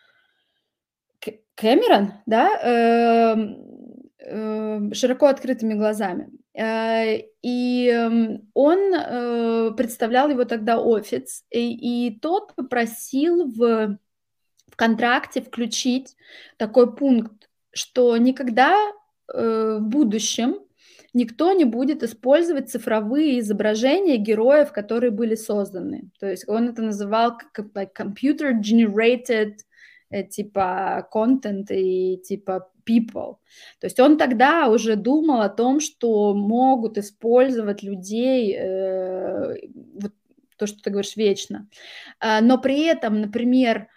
Кэмерон, да, широко открытыми глазами. И он представлял его тогда офис, и тот попросил в контракте включить такой пункт, что никогда в будущем никто не будет использовать цифровые изображения героев, которые были созданы. То есть он это называл как like computer-generated типа content и типа people. То есть он тогда уже думал о том, что могут использовать людей, вот то, что ты говоришь, вечно. Но при этом, например,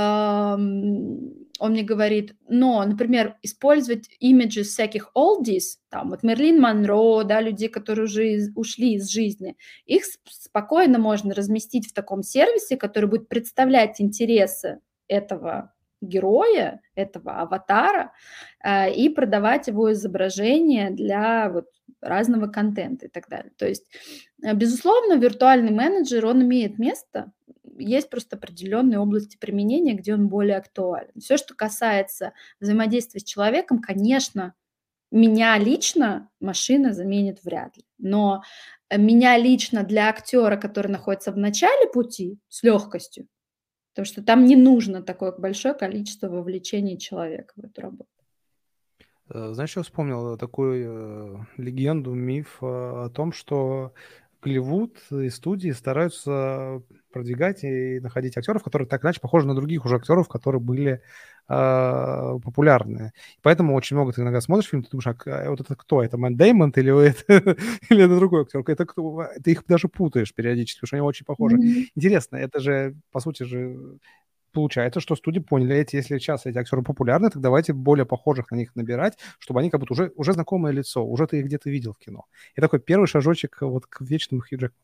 он мне говорит, но, например, использовать имиджи всяких oldies, там вот Мерлин Монро, да, людей, которые уже ушли из жизни, их спокойно можно разместить в таком сервисе, который будет представлять интересы этого героя, этого аватара, и продавать его изображение для вот разного контента и так далее. То есть, безусловно, виртуальный менеджер, он имеет место, есть просто определенные области применения, где он более актуален. Все, что касается взаимодействия с человеком, конечно, меня лично машина заменит вряд ли. Но меня лично для актера, который находится в начале пути, с легкостью, потому что там не нужно такое большое количество вовлечения человека в эту работу. Знаешь, я вспомнил такую легенду, миф о том, что Голливуд и студии стараются продвигать и находить актеров, которые так иначе похожи на других уже актеров, которые были популярны. Поэтому очень много ты иногда смотришь фильм, ты думаешь, вот это кто? Это Мэтт Дэймон или это, или это другой актер? Это кто? Ты их даже путаешь периодически, потому что они очень похожи. Интересно, это же, по сути же, получается, что студии поняли, если сейчас эти актеры популярны, так давайте более похожих на них набирать, чтобы они как будто уже знакомое лицо, уже ты их где-то видел в кино. И такой первый шажочек вот к вечному Хью Джекману.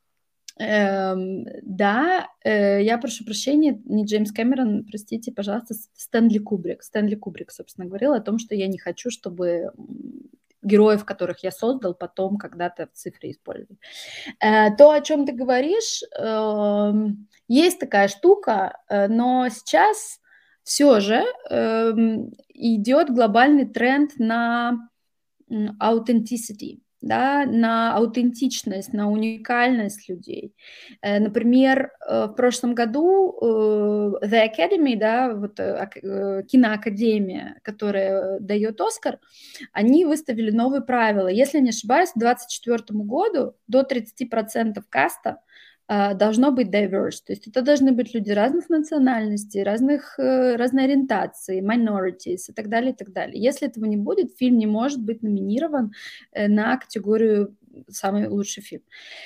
Да, я прошу прощения, не Джеймс Кэмерон, простите, пожалуйста, Стэнли Кубрик. Стэнли Кубрик, собственно, говорил о том, что я не хочу, чтобы героев, которых я создал, потом когда-то в цифре использовать. То, о чем ты говоришь, есть такая штука, но сейчас все же идет глобальный тренд на authenticity, да, на аутентичность, на уникальность людей. Например, в прошлом году The Academy, да, вот, киноакадемия, которая дает Оскар, они выставили новые правила. Если не ошибаюсь, к 2024 году до 30% каста должно быть diverse, то есть это должны быть люди разных национальностей, разной ориентации, minorities и так далее, и так далее. Если этого не будет, фильм не может быть номинирован на категорию «Самый лучший фильм».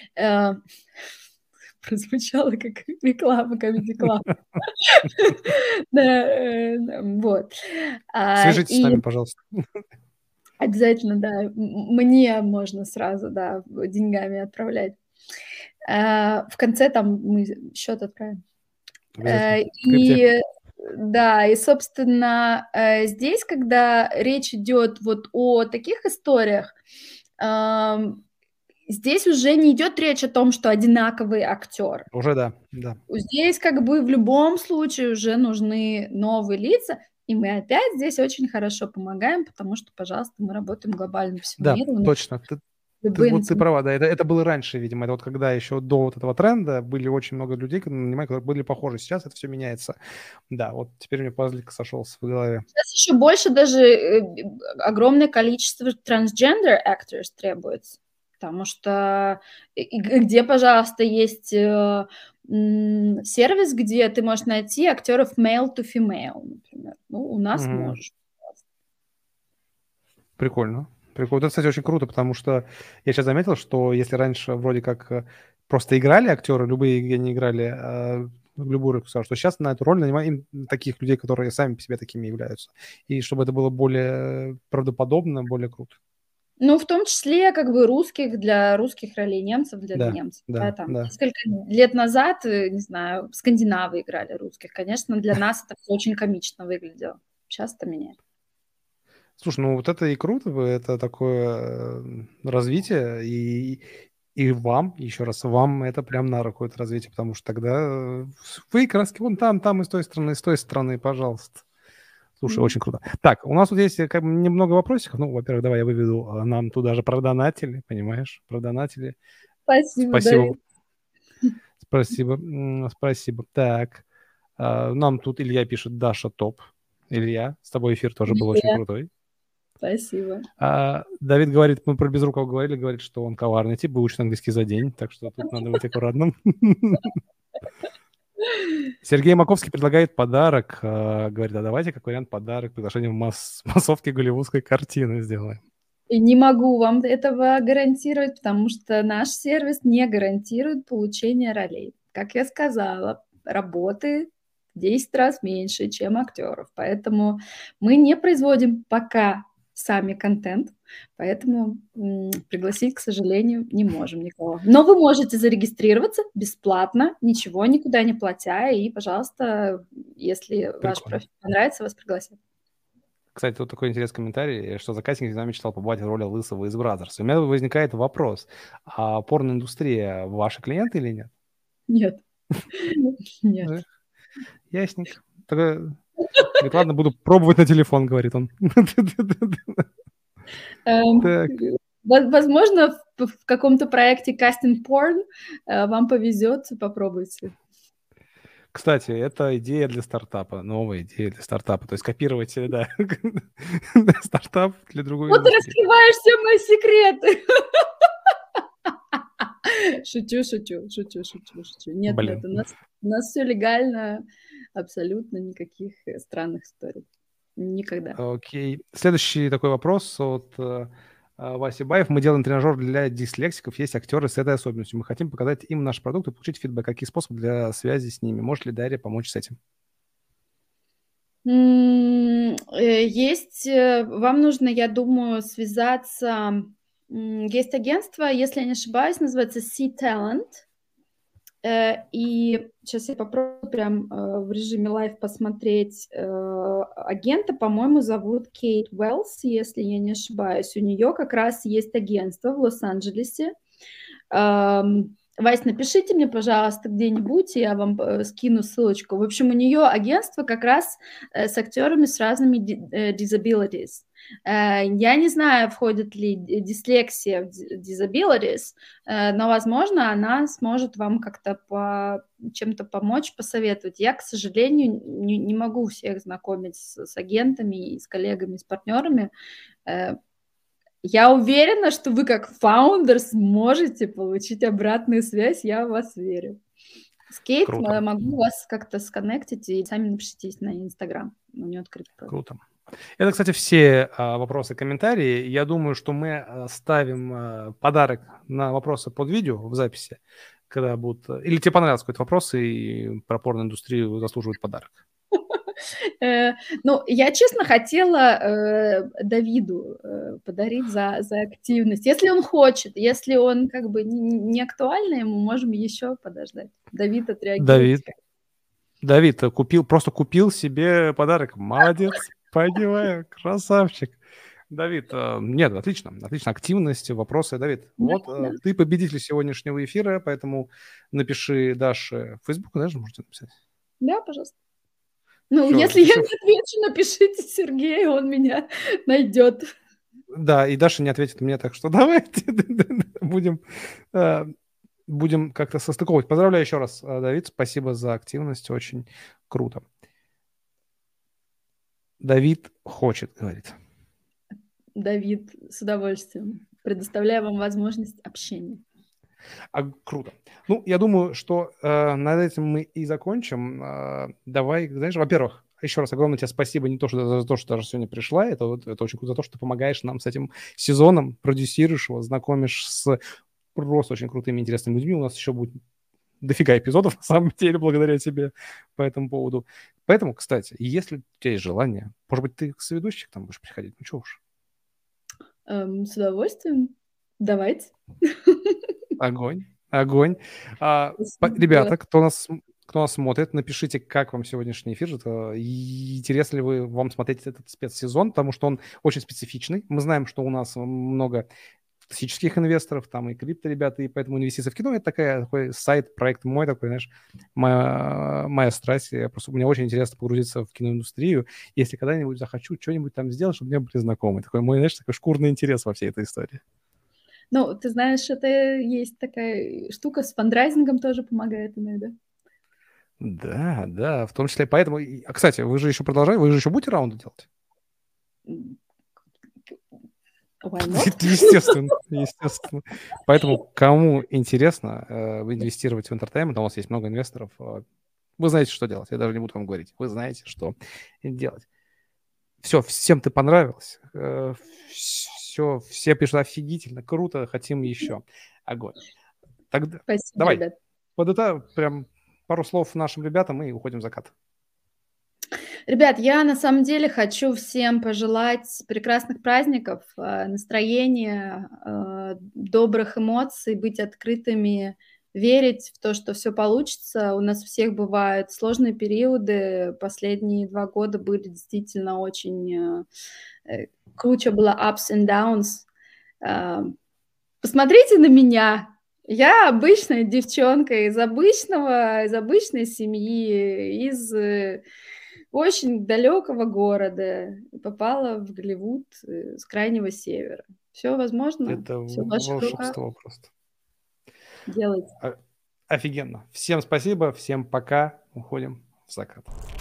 Прозвучало как реклама Comedy Club. Вот. Свяжитесь с нами, пожалуйста. Обязательно, да. Мне можно сразу, да, деньгами отправлять. В конце там мы счет отправим. И да, и, собственно, здесь, когда речь идет вот о таких историях, здесь уже не идет речь о том, что одинаковый актер. Уже да, да. Здесь как бы в любом случае уже нужны новые лица, и мы опять здесь очень хорошо помогаем, потому что, пожалуйста, мы работаем глобально по всему миру. Да, точно. Ты права, да, это было раньше, видимо, это вот когда еще до вот этого тренда были очень много людей, которые были похожи. Сейчас это все меняется. Да, вот теперь мне пазлик сошелся в голове. Сейчас еще больше даже огромное количество transgender actors требуется. Потому что где, пожалуйста, есть сервис, где ты можешь найти актеров male to female, например. Ну, у нас можешь. Прикольно. Прикольно. Это, кстати, очень круто, потому что я сейчас заметил, что если раньше вроде как просто играли актеры, любые, где они играли в любую роль, что сейчас на эту роль нанимаем таких людей, которые сами по себе такими являются. И чтобы это было более правдоподобно, более круто. Ну, в том числе, как бы, русских для русских ролей, немцев для Да, немцев. да, Там да. несколько лет назад, не знаю, скандинавы играли русских. Конечно, для нас это всё очень комично выглядело. Сейчас это меняется. Слушай, ну вот это и круто, это такое развитие, и вам, еще раз, вам это прям на руку, это развитие, потому что тогда вы краски вон там, и с той стороны, пожалуйста. Слушай, очень круто. Так, у нас тут есть как бы немного вопросиков. Ну, во-первых, давай я выведу. Нам туда же продонатили, понимаешь? Продонатили. Спасибо, Спасибо. Давид. Спасибо. Так, нам тут Илья пишет: Даша топ. Илья, с тобой эфир тоже был очень крутой. Спасибо. Давид говорит, мы про Безрукова говорит, что он коварный тип, выучит английский за день, так что тут надо быть аккуратным. Сергей Маковский предлагает подарок. Говорит, а давайте как вариант подарок, приглашение в массовке голливудской картины сделаем. И не могу вам этого гарантировать, потому что наш сервис не гарантирует получение ролей. Как я сказала, работы в 10 раз меньше, чем актеров. Поэтому мы не производим пока сами контент, поэтому пригласить, к сожалению, не можем никого. Но вы можете зарегистрироваться бесплатно, ничего никуда не платя, и, пожалуйста, если ваш профиль понравится, вас пригласят. Кстати, тут такой интересный комментарий, что заказчик всегда мечтал побывать в роли Лысого из Бразерс. У меня возникает вопрос, а порноиндустрия ваши клиенты или нет? Нет. Нет. Ясненько. Говорит, ладно, буду пробовать на телефон, говорит он. Возможно, в каком-то проекте Casting Porn вам повезет, попробуйте. Кстати, это идея для стартапа, новая идея для стартапа. То есть копировать, да, стартап для другой Вот ты индустрии. раскрываешь все мои секреты. Шучу. Нет, у нас все легально, абсолютно никаких странных историй. Никогда. Окей. Следующий такой вопрос от Васи Баев. Мы делаем тренажер для дислексиков. Есть актеры с этой особенностью. Мы хотим показать им наш продукт и получить фидбэк. Какие способы для связи с ними? Может ли Дарья помочь с этим? Есть, вам нужно, я думаю, связаться. Есть агентство, если я не ошибаюсь, называется C-Talent. И сейчас я попробую прям в режиме лайв посмотреть агента, по-моему, зовут Кейт Уэллс, если я не ошибаюсь. У нее как раз есть агентство в Лос-Анджелесе. Вась, напишите мне, пожалуйста, где-нибудь, я вам скину ссылочку. В общем, у нее агентство как раз с актерами с разными disabilities. Я не знаю, входит ли дислексия в disabilities, но, возможно, она сможет вам как-то чем-то помочь, посоветовать. Я, к сожалению, не могу всех знакомить с агентами, и с коллегами, с партнерами. Я уверена, что вы как фаундер сможете получить обратную связь, я в вас верю. С Кейт могу вас как-то сконнектить, и сами напишитесь на Инстаграм, у нее открыт профиль. Круто. Это, кстати, все вопросы, комментарии. Я думаю, что мы ставим подарок на вопросы под видео в записи, когда будут... Или тебе понравился какой-то вопрос, и про порноиндустрию заслуживает подарок? Ну, я, честно, хотела Давиду подарить за активность. Если он хочет, если он как бы не актуальный, мы можем еще подождать. Давид отреагирует. Давид просто купил себе подарок. Молодец, понимаю, красавчик. Давид, нет, отлично, активность, вопросы. Давид, Да. Ты победитель сегодняшнего эфира, поэтому напиши Даше в Facebook, даже можете написать. Да, пожалуйста. Ну, если я не отвечу, напишите Сергею, он меня найдет. Да, и Даша не ответит мне, так что давайте будем как-то состыковывать. Поздравляю еще раз, Давид, спасибо за активность, очень круто. Давид хочет, говорит. Давид, с удовольствием. предоставляю вам возможность общения. Круто. Ну, я думаю, что над этим мы и закончим. Давай, знаешь, во-первых, еще раз огромное тебе спасибо не то, что за то, что даже сегодня пришла, это очень круто, за то, что ты помогаешь нам с этим сезоном, продюсируешь его, знакомишь с просто очень крутыми, интересными людьми. У нас еще будет дофига эпизодов, на самом деле, благодаря тебе по этому поводу. Поэтому, кстати, если у тебя есть желание, может быть, ты к соведущих там будешь приходить, ну чего уж. С удовольствием. Давайте. Огонь, огонь. Спасибо. Ребята, кто нас смотрит, напишите, как вам сегодняшний эфир. Интересно ли вам смотреть этот спецсезон, потому что он очень специфичный. Мы знаем, что у нас много классических инвесторов, там и крипто-ребята, и поэтому инвестиции в кино — это такой сайт, проект мой такой, знаешь, моя страсть. Мне очень интересно погрузиться в киноиндустрию. Если когда-нибудь захочу что-нибудь там сделать, чтобы у меня были знакомые. Такой мой, знаешь, такой шкурный интерес во всей этой истории. Ну, ты знаешь, это есть такая штука с фандрайзингом тоже помогает иногда. Да, в том числе поэтому... Кстати, вы же еще будете раунды делать? Why not? Естественно. Поэтому, кому интересно инвестировать в интертеймент, у нас есть много инвесторов, вы знаете, что делать. Я даже не буду вам говорить. Вы знаете, что делать. Все, всем ты понравилось. Все пишут офигительно, круто, хотим еще. Огонь. Тогда Спасибо, давай, ребят. вот это прям пару слов нашим ребятам и уходим в закат. Ребят, я на самом деле хочу всем пожелать прекрасных праздников, настроения, добрых эмоций, быть открытыми, верить в то, что все получится. У нас у всех бывают сложные периоды. Последние 2 года были действительно очень... Куча было ups and downs. Посмотрите на меня. Я обычная девчонка из обычной семьи, из очень далекого города. Попала в Голливуд с крайнего севера. Все возможно, Это все в ваших руках. волшебство просто. Делайте. Офигенно. Всем спасибо, всем пока. Уходим в закат.